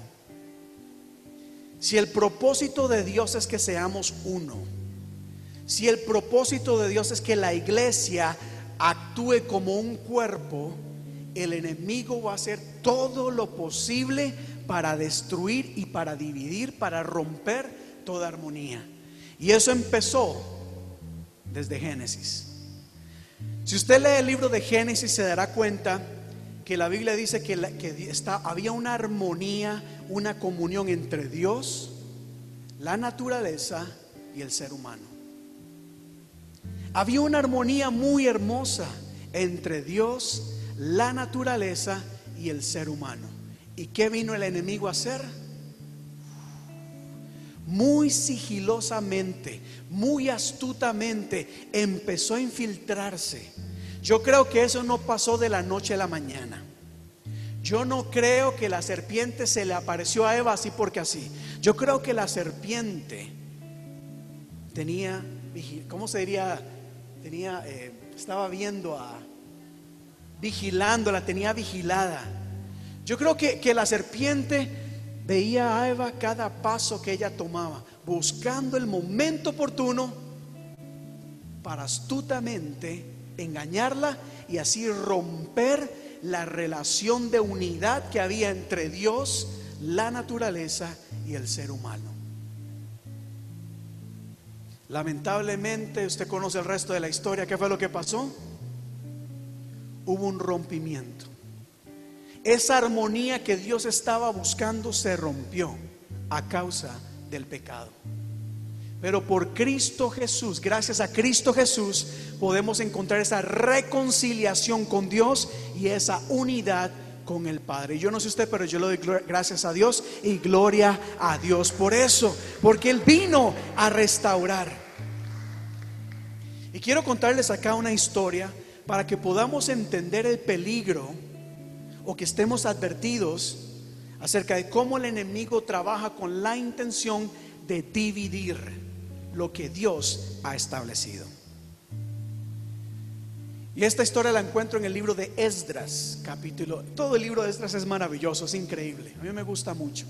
Si el propósito de Dios es que seamos uno, si el propósito de Dios es que la iglesia actúe como un cuerpo, el enemigo va a hacer todo lo posible para destruir y para dividir, para romper toda armonía. Y eso empezó desde Génesis. Si usted lee el libro de Génesis, se dará cuenta que la Biblia dice que, la, que está, había una armonía, una comunión entre Dios, la naturaleza y el ser humano. Había una armonía muy hermosa entre Dios, la naturaleza y el ser humano. ¿Y qué vino el enemigo a hacer? Muy sigilosamente, muy astutamente empezó a infiltrarse. Yo creo que eso no pasó de la noche a la mañana. Yo no creo que la serpiente se le apareció a Eva así porque así. Yo creo que la serpiente tenía, ¿cómo se diría? Tenía, eh, estaba viendo a, vigilándola, tenía vigilada. Yo creo que, que la serpiente veía a Eva cada paso que ella tomaba, buscando el momento oportuno para astutamente engañarla y así romper la relación de unidad que había entre Dios, la naturaleza y el ser humano. Lamentablemente, usted conoce el resto de la historia. ¿Qué fue lo que pasó? Hubo un rompimiento. Esa armonía que Dios estaba buscando se rompió a causa del pecado. Pero por Cristo Jesús, gracias a Cristo Jesús, podemos encontrar esa reconciliación con Dios y esa unidad con el Padre. Yo no sé usted, pero yo le doy gracias a Dios y gloria a Dios por eso, porque Él vino a restaurar. Y quiero contarles acá una historia para que podamos entender el peligro, o que estemos advertidos acerca de cómo el enemigo trabaja con la intención de dividir lo que Dios ha establecido. Y esta historia la encuentro en el libro de Esdras, capítulo. Todo el libro de Esdras es maravilloso, es increíble, a mí me gusta mucho.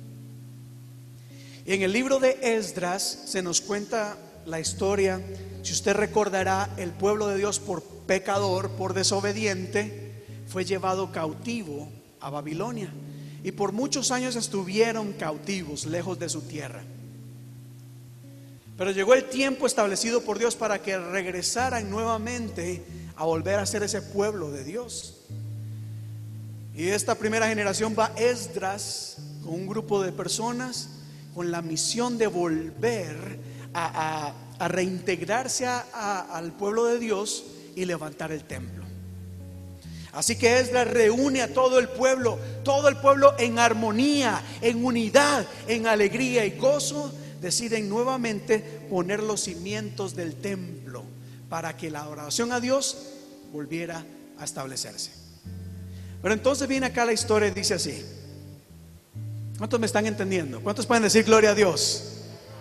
Y en el libro de Esdras se nos cuenta la historia. Si usted recordará, el pueblo de Dios, por pecador, por desobediente, fue llevado cautivo a Babilonia, y por muchos años estuvieron cautivos lejos de su tierra. Pero llegó el tiempo establecido por Dios para que regresaran nuevamente a volver a ser ese pueblo de Dios. Y esta primera generación va Esdras con un grupo de personas con la misión de volver a, a, a reintegrarse a, a, al pueblo de Dios y levantar el templo. Así que Esdras reúne a todo el pueblo, todo el pueblo en armonía, en unidad, en alegría y gozo. Deciden nuevamente poner los cimientos del templo para que la adoración a Dios volviera a establecerse. Pero entonces viene acá la historia y dice así. ¿Cuántos me están entendiendo? ¿Cuántos pueden decir gloria a Dios?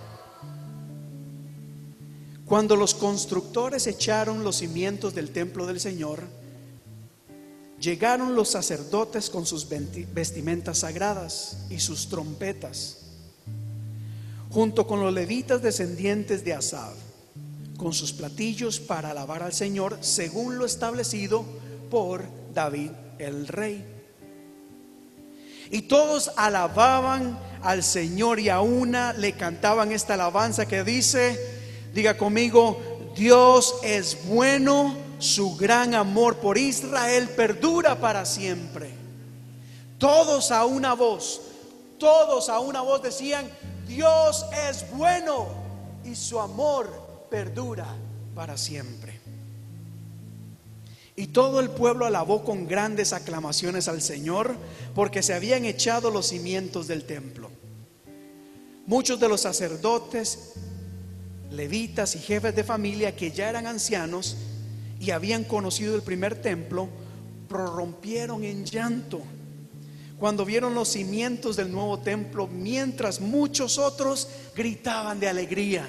Cuando los constructores echaron los cimientos del templo del Señor, llegaron los sacerdotes con sus vestimentas sagradas y sus trompetas, junto con los levitas descendientes de Asaf, con sus platillos para alabar al Señor, según lo establecido por David el rey. Y todos alababan al Señor, y a una le cantaban esta alabanza que dice, diga conmigo: Dios es bueno, su gran amor por Israel perdura para siempre. Todos a una voz, todos a una voz decían: Dios es bueno y su amor perdura para siempre. Y todo el pueblo alabó con grandes aclamaciones al Señor, porque se habían echado los cimientos del templo. Muchos de los sacerdotes, levitas y jefes de familia, que ya eran ancianos y habían conocido el primer templo, prorrumpieron en llanto cuando vieron los cimientos del nuevo templo, mientras muchos otros gritaban de alegría.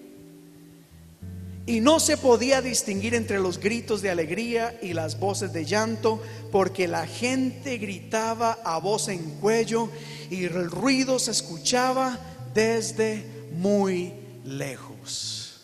Y no se podía distinguir entre los gritos de alegría y las voces de llanto, porque la gente gritaba a voz en cuello y el ruido se escuchaba desde muy lejos.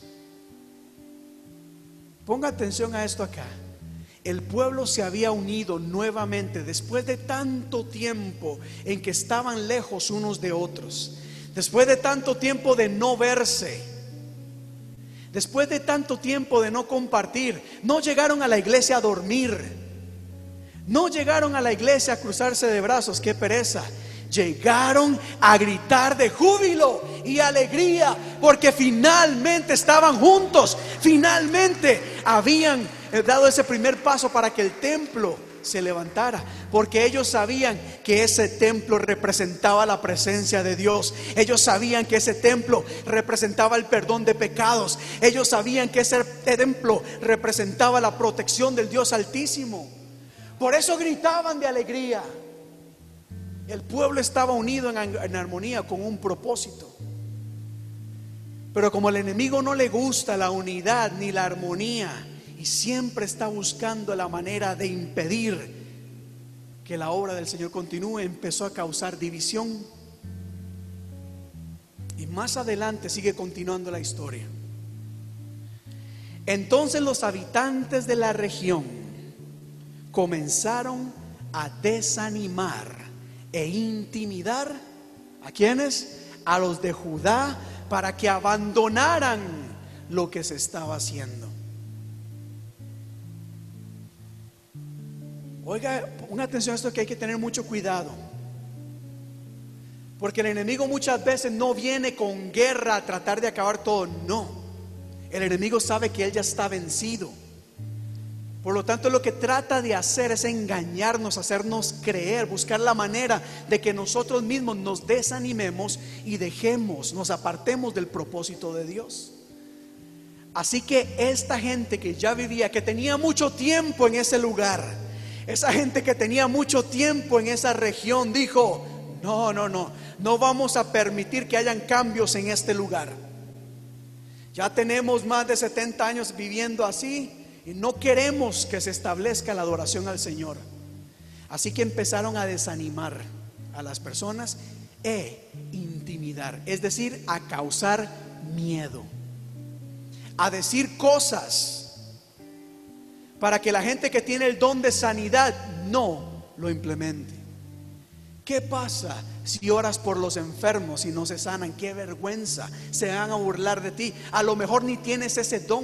Ponga atención a esto acá. El pueblo se había unido nuevamente después de tanto tiempo en que estaban lejos unos de otros, después de tanto tiempo de no verse, después de tanto tiempo de no compartir. No llegaron a la iglesia a dormir, no llegaron a la iglesia a cruzarse de brazos, qué pereza. Llegaron a gritar de júbilo y alegría, porque finalmente estaban juntos, finalmente habían dado ese primer paso para que el templo se levantara, porque ellos sabían que ese templo representaba la presencia de Dios. Ellos sabían que ese templo representaba el perdón de pecados. Ellos sabían que ese templo representaba la protección del Dios Altísimo. Por eso gritaban de alegría. El pueblo estaba unido en, en armonía con un propósito. Pero como el enemigo no le gusta la unidad ni la armonía, y siempre está buscando la manera de impedir que la obra del Señor continúe, empezó a causar división. Y más adelante sigue continuando la historia. Entonces los habitantes de la región comenzaron a desanimar e intimidar ¿a quiénes? A los de Judá, para que abandonaran lo que se estaba haciendo. Oiga, una atención a esto, que hay que tener mucho cuidado, porque el enemigo muchas veces no viene con guerra a tratar de acabar todo. No, el enemigo sabe que él ya está vencido. Por lo tanto, lo que trata de hacer es engañarnos, hacernos creer, buscar la manera de que nosotros mismos nos desanimemos y dejemos, nos apartemos del propósito de Dios. Así que esta gente que ya vivía, que tenía mucho tiempo en ese lugar, esa gente que tenía mucho tiempo en esa región, dijo: no, no, no, no vamos a permitir que hayan cambios en este lugar. Ya tenemos más de setenta años viviendo así y no queremos que se establezca la adoración al Señor. Así que empezaron a desanimar a las personas e intimidar, es decir, a causar miedo, a decir cosas para que la gente que tiene el don de sanidad no lo implemente. ¿Qué pasa si oras por los enfermos y no se sanan? Qué vergüenza, se van a burlar de ti. A lo mejor ni tienes ese don.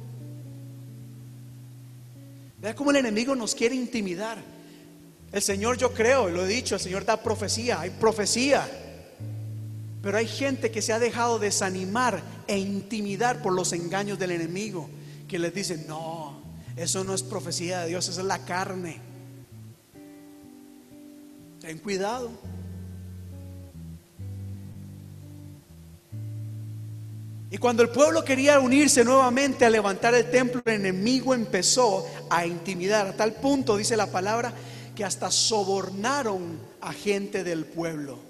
Vea cómo el enemigo nos quiere intimidar. El Señor, yo creo, lo he dicho, el Señor da profecía, hay profecía, pero hay gente que se ha dejado desanimar e intimidar por los engaños del enemigo, que les dice: no, eso no es profecía de Dios, eso es la carne. Ten cuidado. Y cuando el pueblo quería unirse nuevamente a levantar el templo, el enemigo empezó a intimidar, a tal punto, dice la palabra, que hasta sobornaron a gente del pueblo.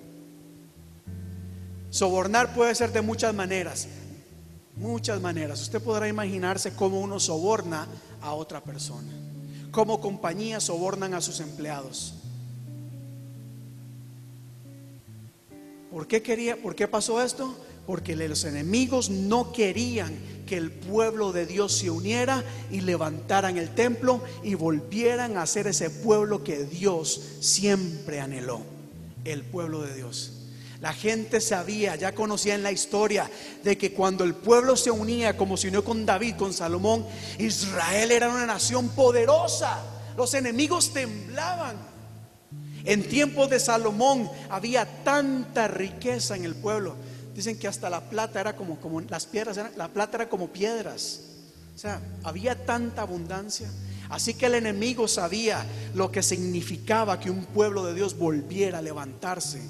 Sobornar puede ser de muchas maneras, muchas maneras. Usted podrá imaginarse cómo uno soborna a otra persona, cómo compañías sobornan a sus empleados. ¿Por qué quería, por qué pasó esto? Porque los enemigos no querían que el pueblo de Dios se uniera y levantaran el templo y volvieran a ser ese pueblo que Dios siempre anheló, el pueblo de Dios. La gente sabía, ya conocía en la historia de que cuando el pueblo se unía, como se unió con David, con Salomón, Israel era una nación poderosa. Los enemigos temblaban. En tiempos de Salomón había tanta riqueza en el pueblo. Dicen que hasta la plata era como, como las piedras, eran, la plata era como piedras. O sea, había tanta abundancia. Así que el enemigo sabía lo que significaba que un pueblo de Dios volviera a levantarse.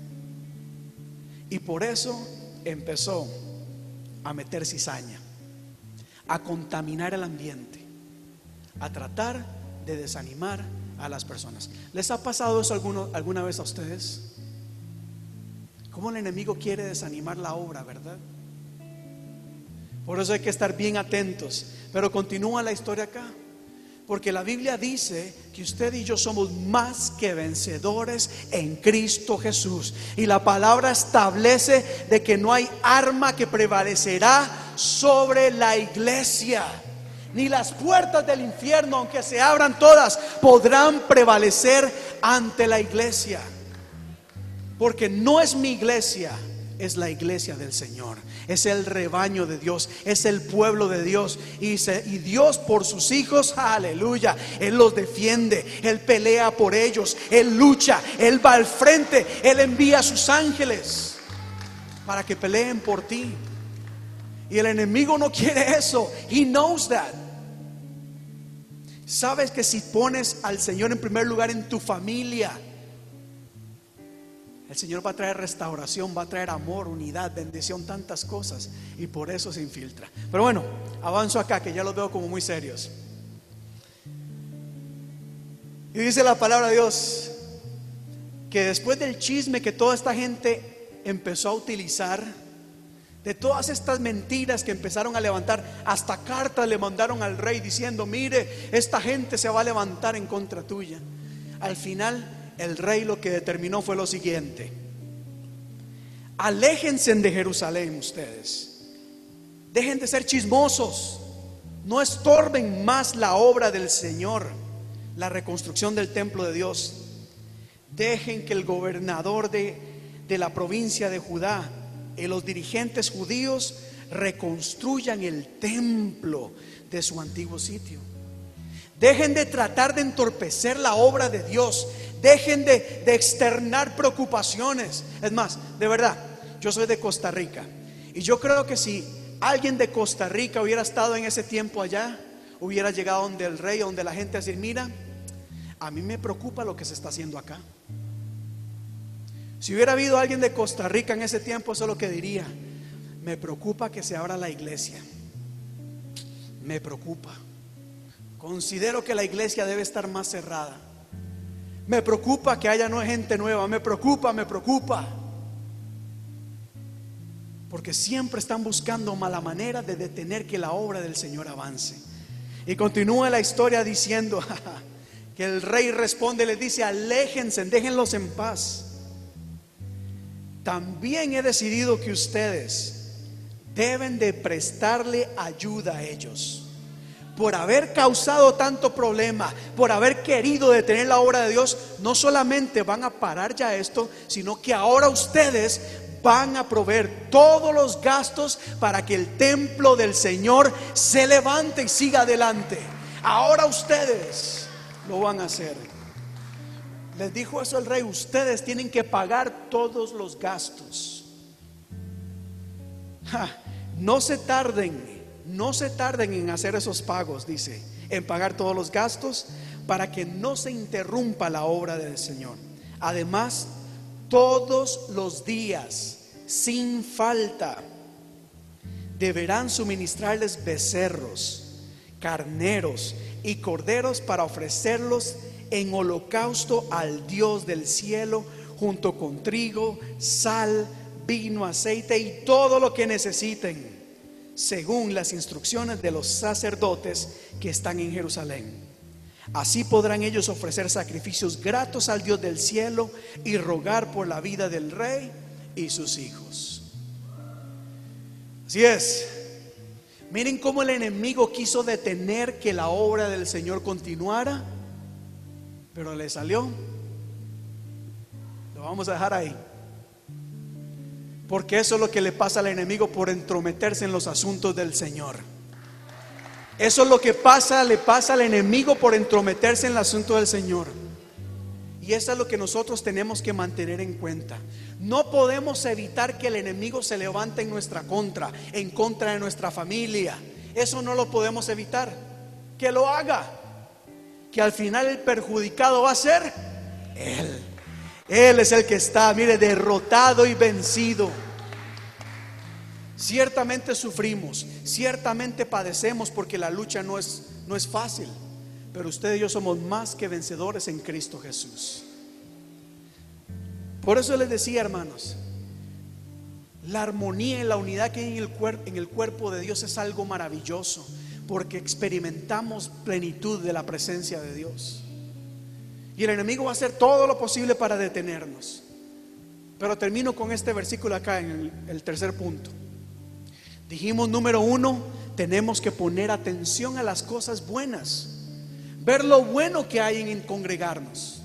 Y por eso empezó a meter cizaña, a contaminar el ambiente, a tratar de desanimar a las personas. ¿Les ha pasado eso alguno, alguna vez a ustedes? Cómo el enemigo quiere desanimar la obra, ¿verdad? Por eso hay que estar bien atentos. Pero continúa la historia acá, porque la Biblia dice que usted y yo somos más que vencedores en Cristo Jesús. Y la palabra establece de que no hay arma que prevalecerá sobre la iglesia. Ni las puertas del infierno, aunque se abran todas, podrán prevalecer ante la iglesia. Porque no es mi iglesia, es la iglesia del Señor. Es el rebaño de Dios, es el pueblo de Dios. Y, se, y Dios por sus hijos, aleluya, Él los defiende, Él pelea por ellos, Él lucha, Él va al frente, Él envía a sus ángeles para que peleen por ti. Y el enemigo no quiere eso. He knows that. Sabes que si pones al Señor en primer lugar en tu familia, el Señor va a traer restauración, va a traer amor, unidad, bendición, tantas cosas. Y por eso se infiltra. Pero bueno, avanzo acá, que ya los veo como muy serios. Y dice la palabra de Dios que después del chisme que toda esta gente empezó a utilizar, de todas estas mentiras que empezaron a levantar, hasta cartas le mandaron al rey diciendo: mire, esta gente se va a levantar en contra tuya. Al final el rey lo que determinó fue lo siguiente: aléjense de Jerusalén ustedes, dejen de ser chismosos, no estorben más la obra del Señor, la reconstrucción del templo de Dios. Dejen que el gobernador de, de la provincia de Judá y los dirigentes judíos reconstruyan el templo de su antiguo sitio. Dejen de tratar de entorpecer la obra de Dios. Dejen de, de externar preocupaciones. Es más, de verdad, yo soy de Costa Rica, y yo creo que si alguien de Costa Rica hubiera estado en ese tiempo allá, hubiera llegado donde el rey, donde la gente, a decir: mira, a mí me preocupa lo que se está haciendo acá. Si hubiera habido alguien de Costa Rica en ese tiempo, eso es lo que diría: me preocupa que se abra la iglesia. me preocupa. Considero que la iglesia debe estar más cerrada. Me preocupa que haya no gente nueva. Me preocupa, me preocupa. Porque siempre están buscando mala manera de detener que la obra del Señor avance. Y continúa la historia diciendo que el rey responde, les dice: aléjense, déjenlos en paz. También he decidido que ustedes deben de prestarle ayuda a ellos. Por haber causado tanto problema, por haber querido detener la obra de Dios, no solamente van a parar ya esto, sino que ahora ustedes van a proveer todos los gastos para que el templo del Señor se levante y siga adelante. Ahora ustedes lo van a hacer. Les dijo eso el rey: ustedes tienen que pagar todos los gastos. Ja, no se tarden, no se tarden en hacer esos pagos, dice, en pagar todos los gastos para que no se interrumpa la obra del Señor. Además, todos los días, sin falta, deberán suministrarles becerros, carneros y corderos para ofrecerlos en holocausto al Dios del cielo, junto con trigo, sal, vino, aceite y todo lo que necesiten, según las instrucciones de los sacerdotes que están en Jerusalén. Así podrán ellos ofrecer sacrificios gratos al Dios del cielo y rogar por la vida del rey y sus hijos. Así es. Miren cómo el enemigo quiso detener que la obra del Señor continuara, pero le salió. Lo vamos a dejar ahí, porque eso es lo que le pasa al enemigo por entrometerse en los asuntos del Señor. Eso es lo que pasa, le pasa al enemigo por entrometerse en el asunto del Señor. Y eso es lo que nosotros tenemos que mantener en cuenta. No podemos evitar que el enemigo se levante en nuestra contra, en contra de nuestra familia. Eso no lo podemos evitar. Que lo haga, que al final el perjudicado va a ser Él. Él es el que está, mire, derrotado y vencido. Ciertamente sufrimos, ciertamente padecemos, porque la lucha no es, no es fácil. Pero usted y yo somos más que vencedores en Cristo Jesús. Por eso les decía, hermanos, la armonía y la unidad que hay en el, cuer- en el cuerpo de Dios es algo maravilloso, porque experimentamos plenitud de la presencia de Dios. Y el enemigo va a hacer todo lo posible para detenernos. Pero termino con este versículo acá en el, el tercer punto. Dijimos, número uno, tenemos que poner atención a las cosas buenas, ver lo bueno que hay en congregarnos.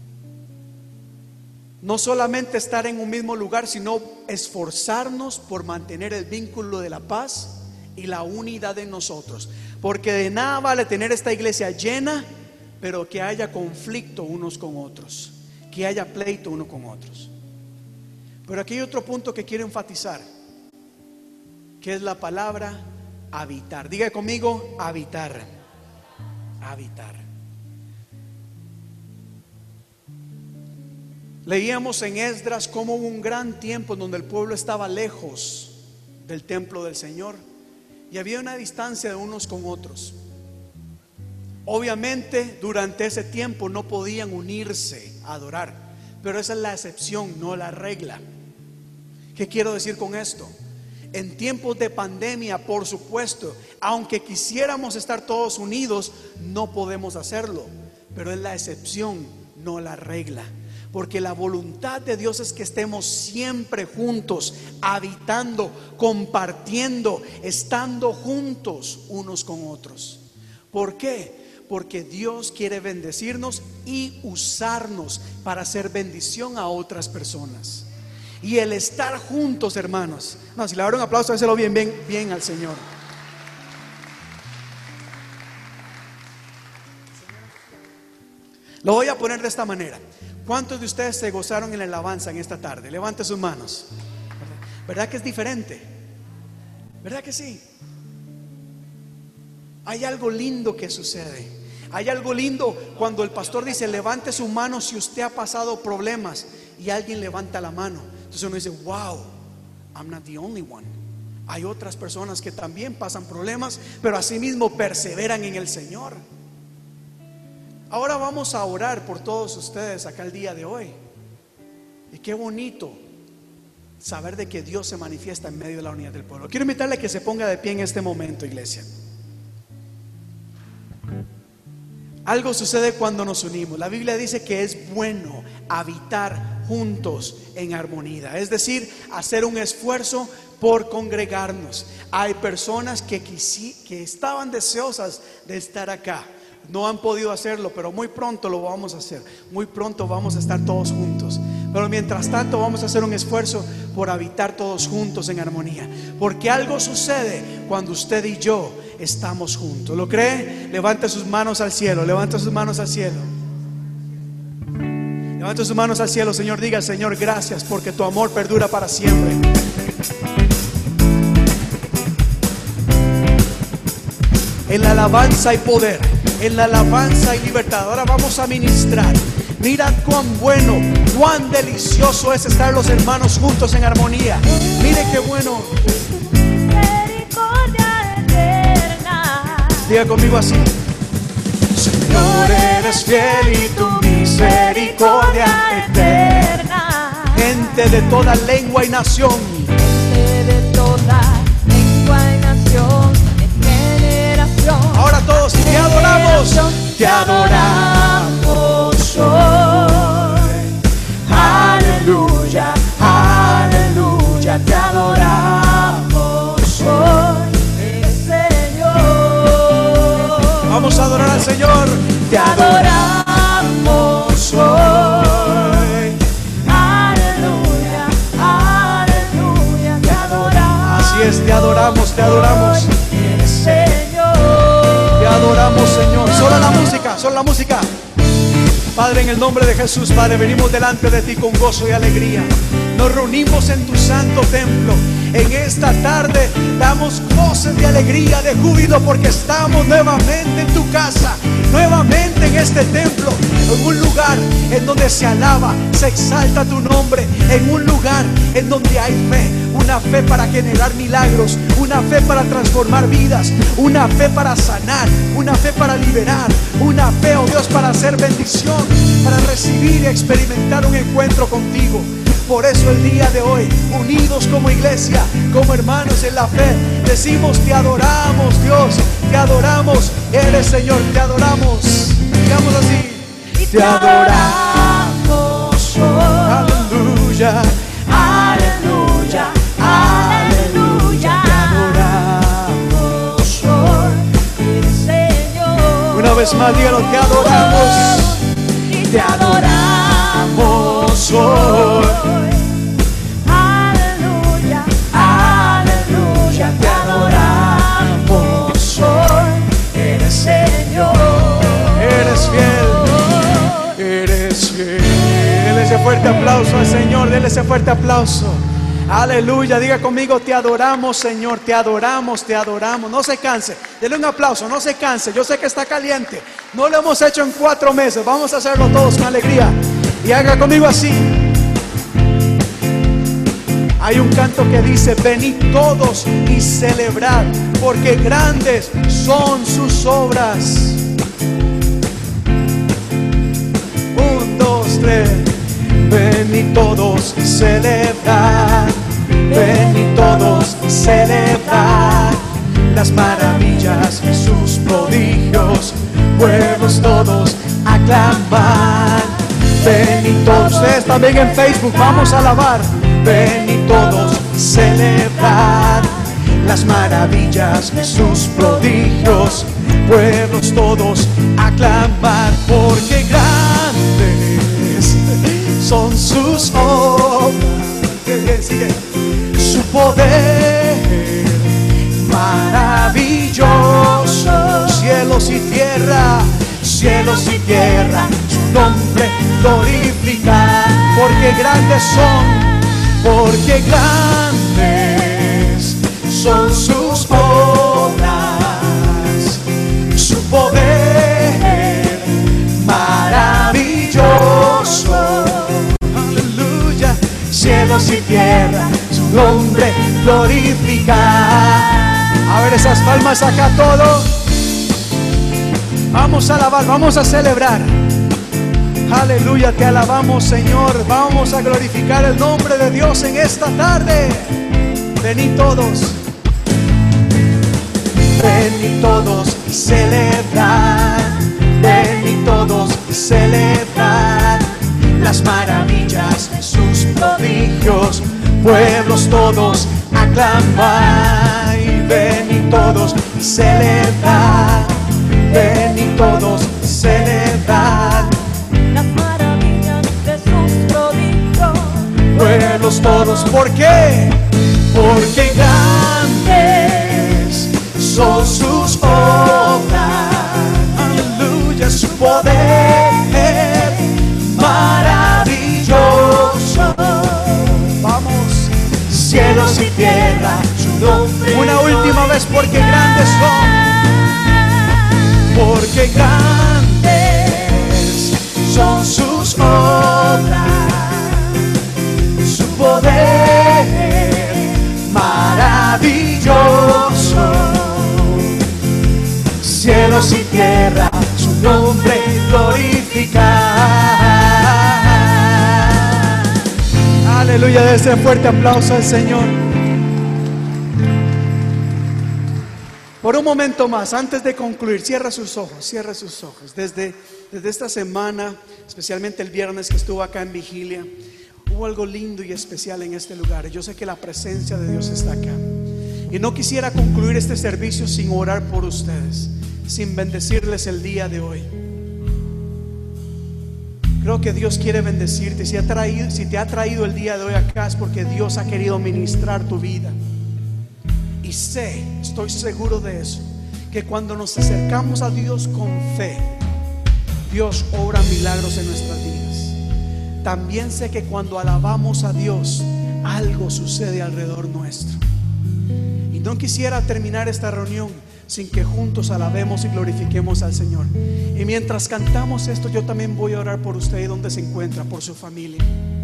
No solamente estar en un mismo lugar, sino esforzarnos por mantener el vínculo de la paz y la unidad en nosotros. Porque de nada vale tener esta iglesia llena, pero que haya conflicto unos con otros, que haya pleito uno con otros. Pero aquí hay otro punto que quiero enfatizar, que es la palabra habitar. Diga conmigo, habitar. Habitar. Leíamos en Esdras cómo hubo un gran tiempo en donde el pueblo estaba lejos del templo del Señor y había una distancia de unos con otros. Obviamente durante ese tiempo no podían unirse a adorar, pero esa es la excepción, no la regla. ¿Qué quiero decir con esto? En tiempos de pandemia, por supuesto, aunque quisiéramos estar todos unidos, no podemos hacerlo, pero es la excepción, no la regla. Porque la voluntad de Dios es que estemos siempre juntos, habitando, compartiendo, estando juntos unos con otros. ¿Por qué? Porque Dios quiere bendecirnos y usarnos para hacer bendición a otras personas. Y el estar juntos, hermanos, no, si le dan un aplauso, déselo bien, bien, bien al Señor. Lo voy a poner de esta manera. ¿Cuántos de ustedes se gozaron en la alabanza en esta tarde? Levante sus manos. ¿Verdad que es diferente? ¿Verdad que sí? Hay algo lindo que sucede. Hay algo lindo cuando el pastor dice: levante su mano si usted ha pasado problemas, y alguien levanta la mano. Entonces uno dice: wow, I'm not the only one. Hay otras personas que también pasan problemas, pero asimismo perseveran en el Señor. Ahora vamos a orar por todos ustedes acá el día de hoy. Y qué bonito saber de que Dios se manifiesta en medio de la unidad del pueblo. Quiero invitarle a que se ponga de pie en este momento, iglesia. Algo sucede cuando nos unimos. La Biblia dice que es bueno habitar juntos en armonía, es decir, hacer un esfuerzo por congregarnos. Hay personas que, quisi, que estaban deseosas de estar acá, no han podido hacerlo, pero muy pronto lo vamos a hacer. Muy pronto vamos a estar todos juntos. Pero mientras tanto vamos a hacer un esfuerzo por habitar todos juntos en armonía, porque algo sucede cuando usted y yo estamos juntos. ¿Lo cree? Levante sus manos al cielo. Levante sus manos al cielo. Levante sus manos al cielo, Señor. Diga: Señor, gracias porque tu amor perdura para siempre. En la alabanza hay poder, en la alabanza hay libertad. Ahora vamos a ministrar. Mira cuán bueno, cuán delicioso es estar los hermanos juntos en armonía. Mire qué bueno. Misericordia eterna. Diga conmigo así: Señor, eres fiel y tu misericordia eterna. Gente de toda lengua y nación, Gente de toda lengua y nación, de generación. ahora todos te adoramos. Te adoramos hoy. Aleluya, aleluya. Te adoramos hoy, Señor. Vamos a adorar al Señor. Te adoramos hoy. Aleluya, aleluya. Te adoramos. Así es, te adoramos, te adoramos. Señor. Te adoramos, Señor. Solo la música, solo la música. Padre, en el nombre de Jesús, Padre, venimos delante de ti con gozo y alegría. Nos reunimos en tu santo templo. En esta tarde damos voces de alegría, de júbilo, porque estamos nuevamente en tu casa, nuevamente en este templo, en un lugar en donde se alaba, se exalta tu nombre, en un lugar en donde hay fe, una fe para generar milagros, una fe para transformar vidas, una fe para sanar, una fe para liberar, una fe, oh Dios, para hacer bendición, para recibir y experimentar un encuentro contigo. Por eso el día de hoy, unidos como iglesia, como hermanos en la fe, decimos: te adoramos, Dios, te adoramos, eres Señor, te adoramos. Digamos así: Te adoramos hoy. aleluya, Aleluya, aleluya. Te adoramos hoy, Señor. una vez más dígalo: te adoramos, Te adoramos hoy. Aleluya, aleluya. Te adoramos hoy, eres Señor. eres fiel, eres fiel. Dele ese fuerte aplauso al Señor, dele ese fuerte aplauso. Aleluya, diga conmigo: te adoramos, Señor, te adoramos, te adoramos. No se canse, dele un aplauso, no se canse. Yo sé que está caliente, no lo hemos hecho en cuatro meses. Vamos a hacerlo todos con alegría. Y haga conmigo así. Hay un canto que dice: venid todos y celebrad, porque grandes son sus obras. Un, dos, tres. Venid todos y celebrad, venid todos y celebrad las maravillas, sus prodigios, pueblos todos aclaman. Venid todos, ustedes también en Facebook, vamos a alabar. Venid todos y celebrad las maravillas, sus prodigios, pueblos todos aclaman, porque grandes son sus obras, su poder maravilloso. Cielos y tierra, cielos y tierra, su nombre glorificar, porque grandes son, porque grandes son sus obras, su poder maravilloso. Cielos y tierra, su nombre glorificar. A ver esas palmas acá todos. Vamos a alabar, vamos a celebrar. Aleluya, te alabamos, Señor. Vamos a glorificar el nombre de Dios en esta tarde. Venid todos. Venid todos y celebrar. Venid todos y celebrar las maravillas de sus prodigios. Pueblos todos aclamar. Venid todos y celebrar. Venid todos y celebrar las maravillas de sus prodigios. Pueblos todos, ¿por qué? Porque grandes son sus obras. Aleluya, su poder maravilloso. Vamos, cielos y tierra, su nombre. Una última vez, porque grandes son. Porque grandes son sus obras, su poder maravilloso. Cielos y tierra, su nombre glorificar. Aleluya, de ese fuerte aplauso al Señor. Por un momento más, antes de concluir, cierra sus ojos, cierra sus ojos. Desde, desde esta semana, especialmente el viernes que estuvo acá en vigilia, hubo algo lindo y especial en este lugar. Yo sé que la presencia de Dios está acá. Y no quisiera concluir este servicio sin orar por ustedes, sin bendecirles el día de hoy. Creo que Dios quiere bendecirte. Si, ha traído, si te ha traído el día de hoy acá es porque Dios ha querido ministrar tu vida. Y sé, estoy seguro de eso, que cuando nos acercamos a Dios con fe, Dios obra milagros en nuestras vidas. También sé que cuando alabamos a Dios, algo sucede alrededor nuestro. Y no quisiera terminar esta reunión sin que juntos alabemos y glorifiquemos al Señor. Y mientras cantamos esto, yo también voy a orar por usted y donde se encuentra, por su familia.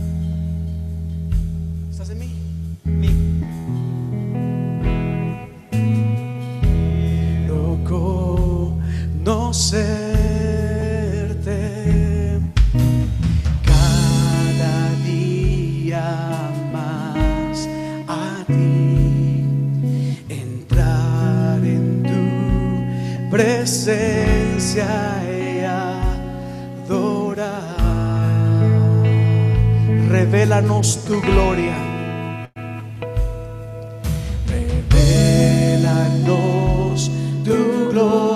¿Estás en mí? mí. Conocerte cada día más a ti, entrar en tu presencia y adorar. Revélanos tu gloria. Revélanos tu gloria.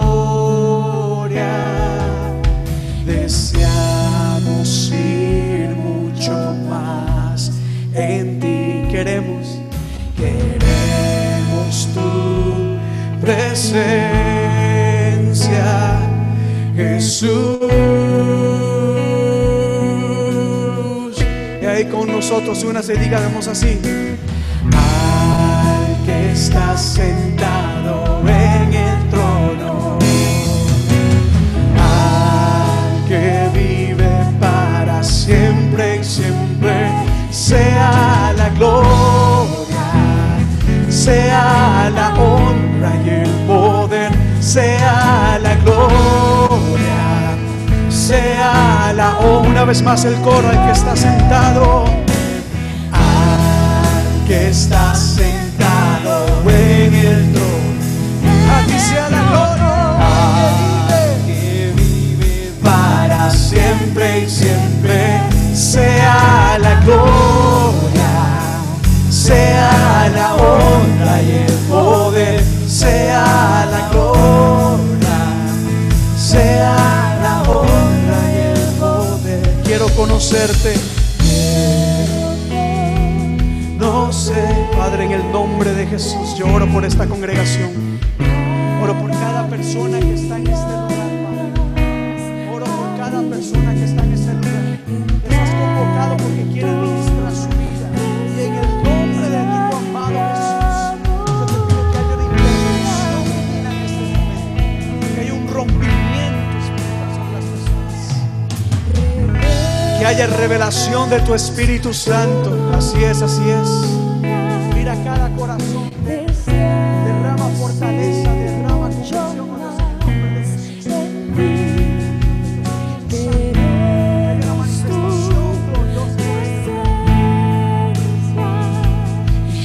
Deseamos ir mucho más en ti. Queremos, queremos tu presencia, Jesús. Y ahí con nosotros una se diga, vemos así: al que está sentado en el trono, que vive para siempre y siempre, sea la gloria, sea la honra y el poder, sea la gloria, sea la honra. Una vez más el coro, al que está sentado, al que está sentado en el trono, a ti sea la gloria. Siempre y siempre, sea la gloria, sea la honra y el poder, sea la gloria, sea la honra y el poder. Quiero conocerte, no sé, Padre, en el nombre de Jesús, yo oro por esta congregación, oro por cada persona que está en este lugar. Cada persona que está en este lugar, les has convocado porque quieren ministrar su vida. Y en el nombre de tu amado Jesús, yo te pido que haya una intervención divina en este momento, que haya un rompimiento espiritual sobre las personas, que haya revelación de tu Espíritu Santo. Así es, así es. a cada corazón. Derrama fortaleza, derrama convicción, oh Dios, en el nombre de Jesús. Hay una manifestación gloriosa de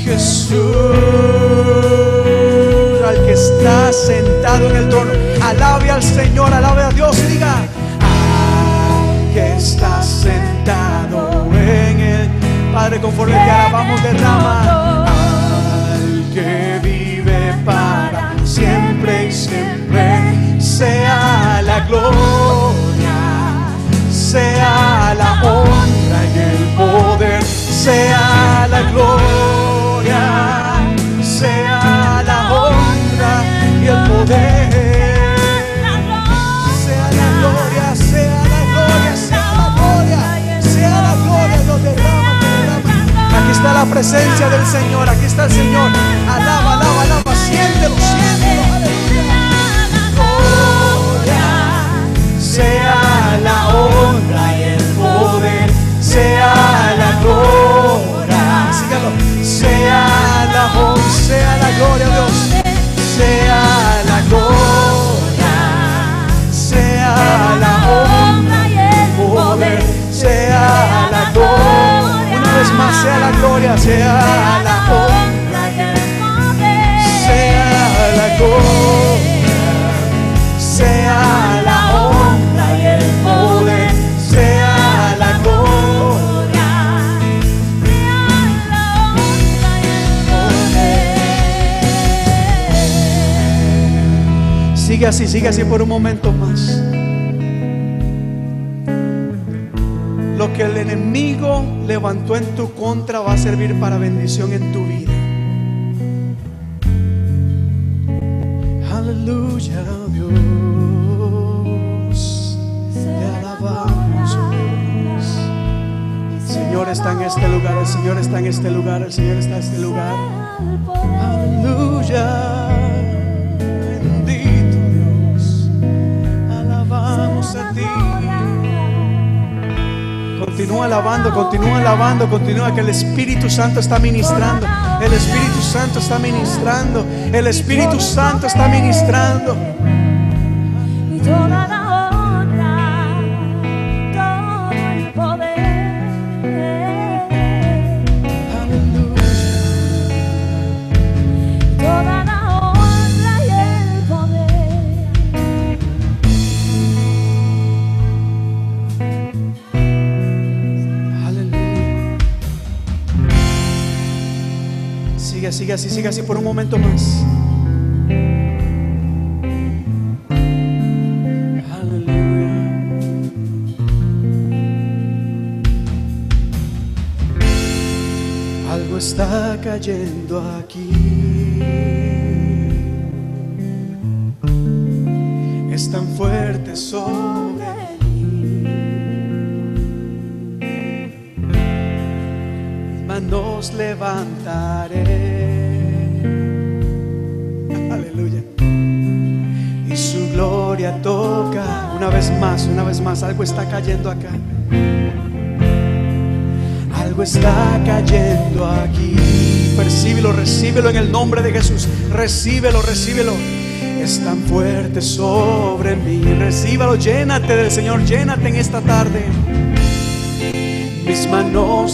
Jesús, al que está sentado en el trono. Alabe al Señor, alabe a Dios, diga: al que está sentado en el Padre, conforme te alabamos, derrama. Al que vive para siempre y siempre, sea la gloria, sea la honra y el poder, sea la gloria, sea la honra y el poder, sea la gloria, sea la gloria, sea la gloria, sea la gloria, lo derrama, derrama. Aquí está la presencia del Señor, aquí está el Señor. Alaba, alaba, alaba, siéntelo, siéntelo, aleluya. Gloria, sea la honra y el poder, sea la gloria, sígalo, sea la honra, sea la gloria, Dios, sea la gloria, sea la honra y el poder, sea la gloria, una vez más, sea la gloria, sea la honra y el poder, sea la gloria, sea la honra y el poder, sea la gloria, sea la honra y el poder. Sigue así, sigue así por un momento más. Lo que el enemigo levantó en tu contra va a servir para bendición en tu vida. Aleluya, Dios, te alabamos, oh Dios. El Señor está en este lugar, el Señor está en este lugar, el Señor está en este lugar. Aleluya, bendito Dios, alabamos a ti. Continúa alabando, continúa alabando, continúa, que el Espíritu Santo está ministrando. El Espíritu Santo está ministrando. El Espíritu Santo está ministrando. Y toda la honra, todo el poder. Aleluya. Toda la honra y el poder. Sigue, sigue así, sigue así por un momento más. Aleluya. Algo está cayendo aquí. Es tan fuerte sobre manos levantaré. Aleluya. Y su gloria toca. Una vez más, una vez más, algo está cayendo acá. Algo está cayendo aquí. Percíbelo, recíbelo en el nombre de Jesús. Recíbelo, recíbelo. Es tan fuerte sobre mí. Recíbalo, llénate del Señor, llénate en esta tarde. Mis manos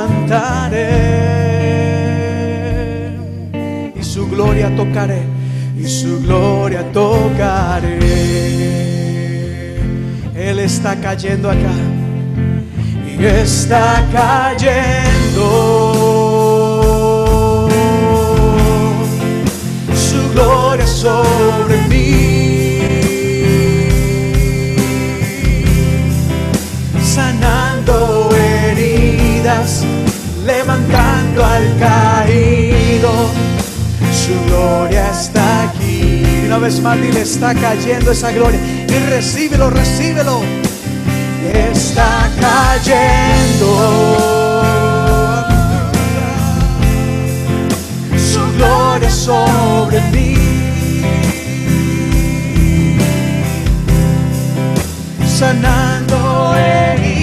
levantaré y su gloria tocaré, y su gloria tocaré. Él está cayendo acá y está cayendo su gloria sobre mí, sanando heridas, levantando al caído. Su gloria está aquí. Y una vez más dile, está cayendo esa gloria. Y recíbelo, recíbelo. Está cayendo su gloria sobre mí, sanando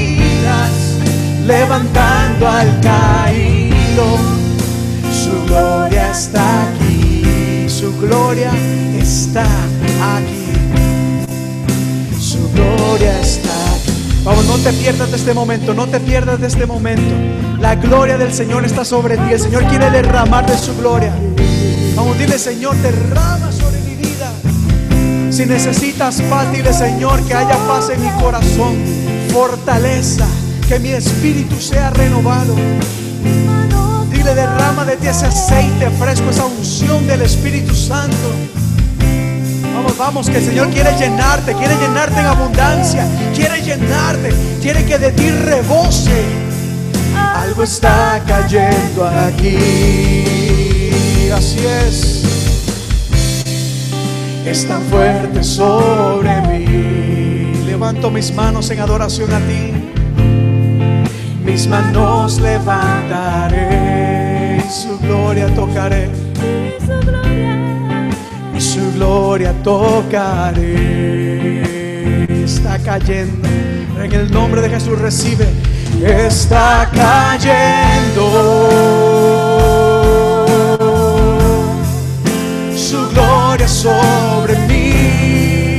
heridas, levantando al caído. Su gloria está aquí, su gloria está aquí, su gloria está aquí. Vamos, no te pierdas de este momento, no te pierdas de este momento. La gloria del Señor está sobre ti. El Señor quiere derramar de su gloria. Vamos, dile: Señor, derrama sobre mi vida. Si necesitas paz, dile: Señor, que haya paz en mi corazón, fortaleza, que mi espíritu sea renovado. Dile: derrama de ti ese aceite fresco, esa unción del Espíritu Santo. Vamos, vamos, que el Señor quiere llenarte, quiere llenarte en abundancia, quiere llenarte, quiere que de ti rebose. Algo está cayendo aquí, así es. Es tan fuerte sobre mí. Levanto mis manos en adoración a ti. Mis manos levantaré, su gloria tocaré, y su gloria tocaré. Está cayendo, en el nombre de Jesús recibe. Está cayendo su gloria sobre mí,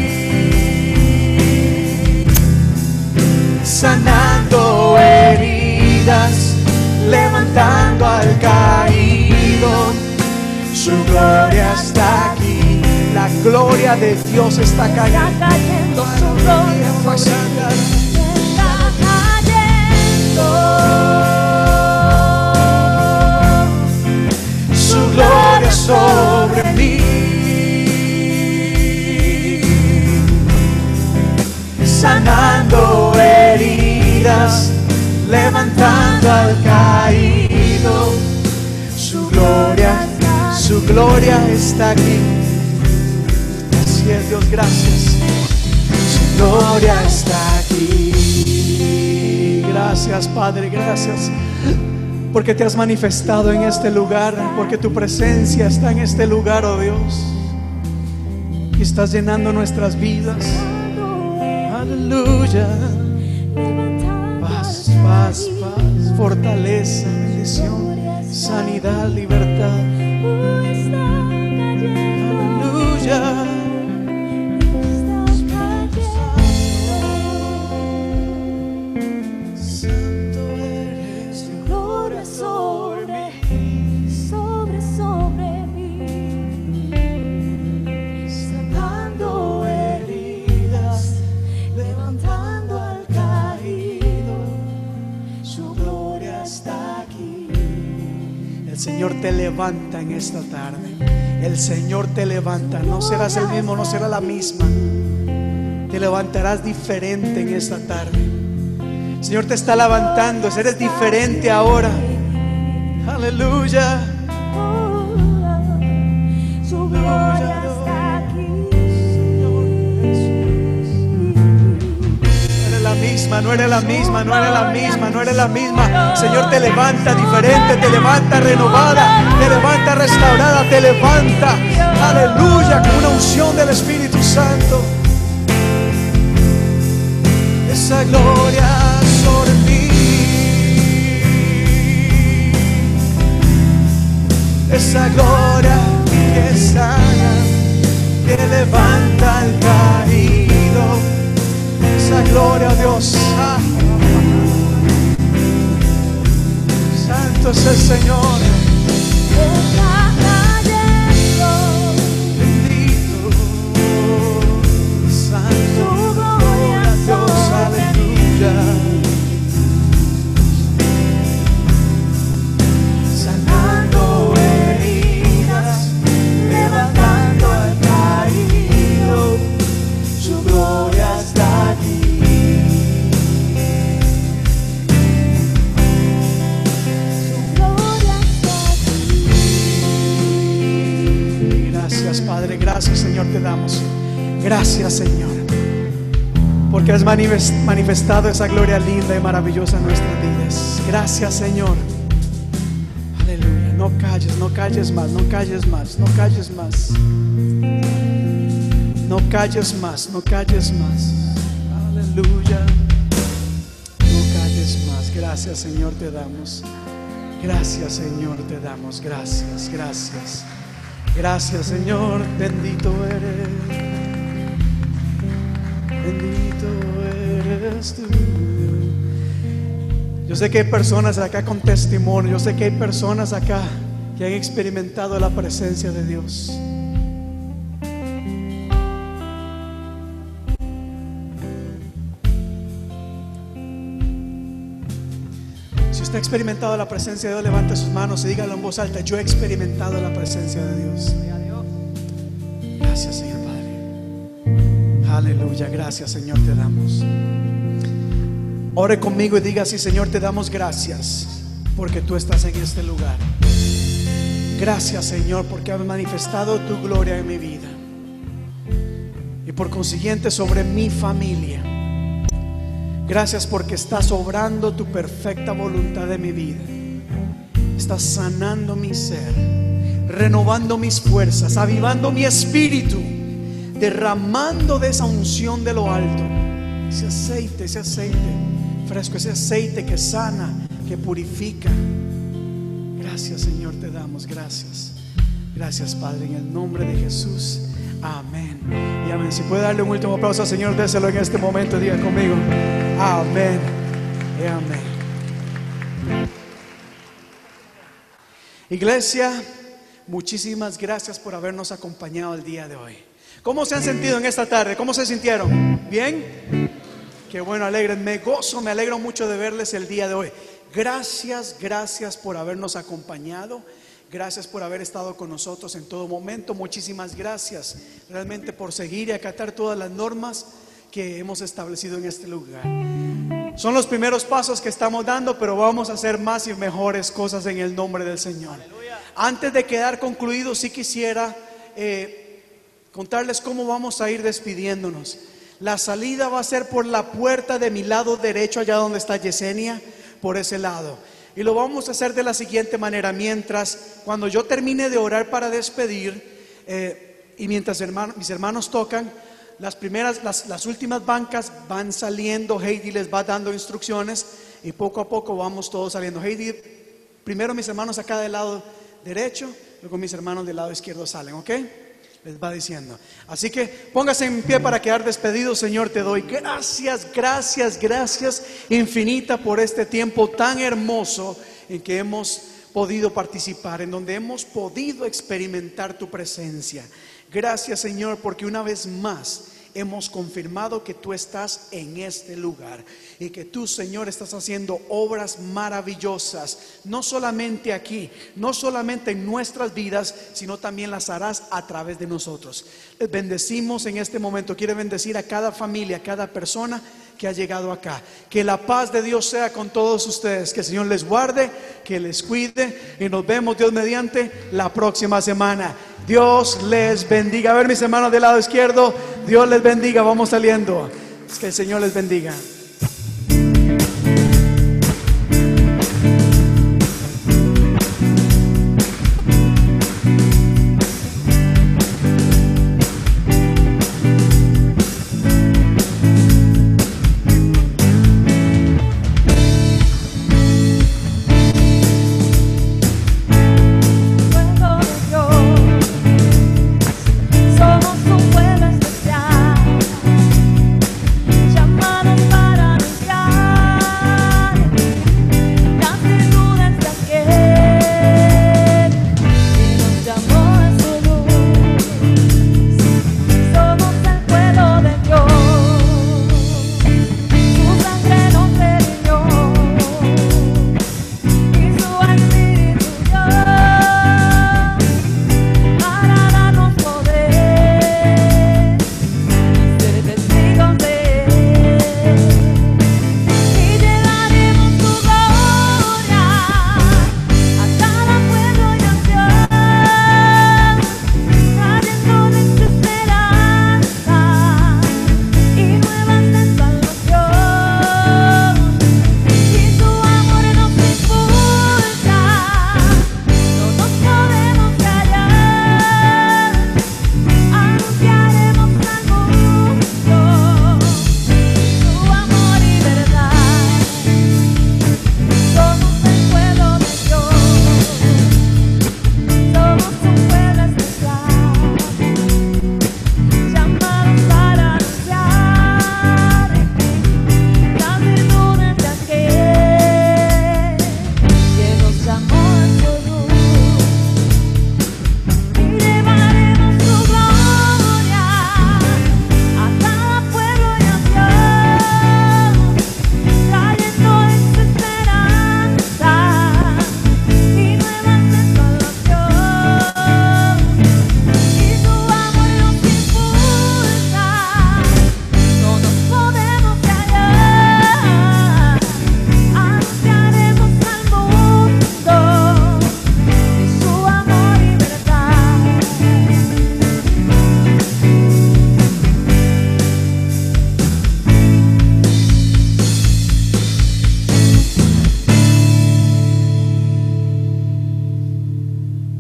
sanando heridas, levantando al caído. Su gloria está aquí, la gloria de Dios está cayendo. Está cayendo su gloria sobre mí. Está cayendo su gloria sobre mí, sanando heridas, levantando al caído. Su gloria, su gloria está aquí. Así es, Dios, gracias. Su gloria está aquí. Gracias, Padre, gracias, porque te has manifestado en este lugar, porque tu presencia está en este lugar, oh Dios, y estás llenando nuestras vidas. Aleluya. Paz, paz, paz, fortaleza, bendición, sanidad, libertad. Aleluya. El Señor te levanta en esta tarde. El Señor te levanta. No serás el mismo, no serás la misma. Te levantarás diferente en esta tarde. El Señor te está levantando. Eres diferente ahora. Aleluya. Su gloria está aquí. No eres la misma, no eres la misma, no eres la misma, no eres la misma. El Señor te levanta diferente, te levanta renovada, te levanta restaurada, te levanta, aleluya, con una unción del Espíritu Santo. Esa gloria sobre mí, esa gloria que sana, que levanta al caído. Esa gloria, Dios. Ah. Santo es el Señor. Está cayendo Bendito. Santo. su gloria Dios, sobre aleluya. Sanando heridas, levantando al caído. Su gloria está aquí. Gracias, Padre, gracias, Señor, te damos. Gracias, Señor, porque has manifestado esa gloria linda y maravillosa en nuestras vidas. Gracias, Señor. Aleluya. No calles, no calles más, no calles más, no calles más. No calles más, no calles más. Aleluya. No calles más. Gracias, Señor, te damos. Gracias, Señor, te damos. Gracias, gracias. Gracias, Señor, bendito eres. Bendito eres tú. Yo sé que hay personas acá con testimonio. Yo sé que hay personas acá que han experimentado la presencia de Dios. Si usted ha experimentado la presencia de Dios, levante sus manos y dígalo en voz alta: yo he experimentado la presencia de Dios. Gracias, Señor Padre. Aleluya, gracias, Señor, te damos. Ore conmigo y diga así: Señor, te damos gracias porque tú estás en este lugar. Gracias, Señor, porque has manifestado tu gloria en mi vida y por consiguiente sobre mi familia. Gracias porque estás obrando tu perfecta voluntad en mi vida. Estás sanando mi ser, renovando mis fuerzas, avivando mi espíritu, derramando de esa unción de lo alto, ese aceite, ese aceite fresco, ese aceite que sana, que purifica. Gracias, Señor, te damos. Gracias. Gracias, Padre, en el nombre de Jesús. Amén y amén. Si puede darle un último aplauso al Señor, déselo en este momento. Diga conmigo: amén y amén. Iglesia, muchísimas gracias por habernos acompañado el día de hoy. ¿Cómo se han sentido en esta tarde? ¿Cómo se sintieron? ¿Bien? Qué bueno, alegren. Me gozo, me alegro mucho de verles el día de hoy. Gracias, gracias por habernos acompañado. Gracias por haber estado con nosotros en todo momento. Muchísimas gracias realmente por seguir y acatar todas las normas que hemos establecido en este lugar. Son los primeros pasos que estamos dando, pero vamos a hacer más y mejores cosas en el nombre del Señor. Aleluya. Antes de quedar concluido, sí quisiera eh, contarles cómo vamos a ir despidiéndonos. La salida va a ser por la puerta de mi lado derecho, allá donde está Yesenia, por ese lado. Y lo vamos a hacer de la siguiente manera: mientras, cuando yo termine de orar para despedir, eh, y mientras hermano, mis hermanos tocan, las primeras, las, las últimas bancas van saliendo. Heidi les va dando instrucciones y poco a poco vamos todos saliendo. Heidi, primero mis hermanos acá del lado derecho, luego mis hermanos del lado izquierdo salen, ¿ok? Les va diciendo. Así que póngase en pie para quedar despedidos. Señor, te doy gracias, gracias, gracias infinita por este tiempo tan hermoso en que hemos podido participar, en donde hemos podido experimentar tu presencia. Gracias, Señor, porque una vez más hemos confirmado que tú estás en este lugar y que tú, Señor, estás haciendo obras maravillosas, no solamente aquí, no solamente en nuestras vidas, sino también las harás a través de nosotros. Les bendecimos en este momento. Quiero bendecir a cada familia, a cada persona que ha llegado acá. Que la paz de Dios sea con todos ustedes, que el Señor les guarde, que les cuide, y nos vemos, Dios mediante, la próxima semana. Dios les bendiga. A ver, mis hermanos del lado izquierdo, Dios les bendiga. Vamos saliendo. Que el Señor les bendiga.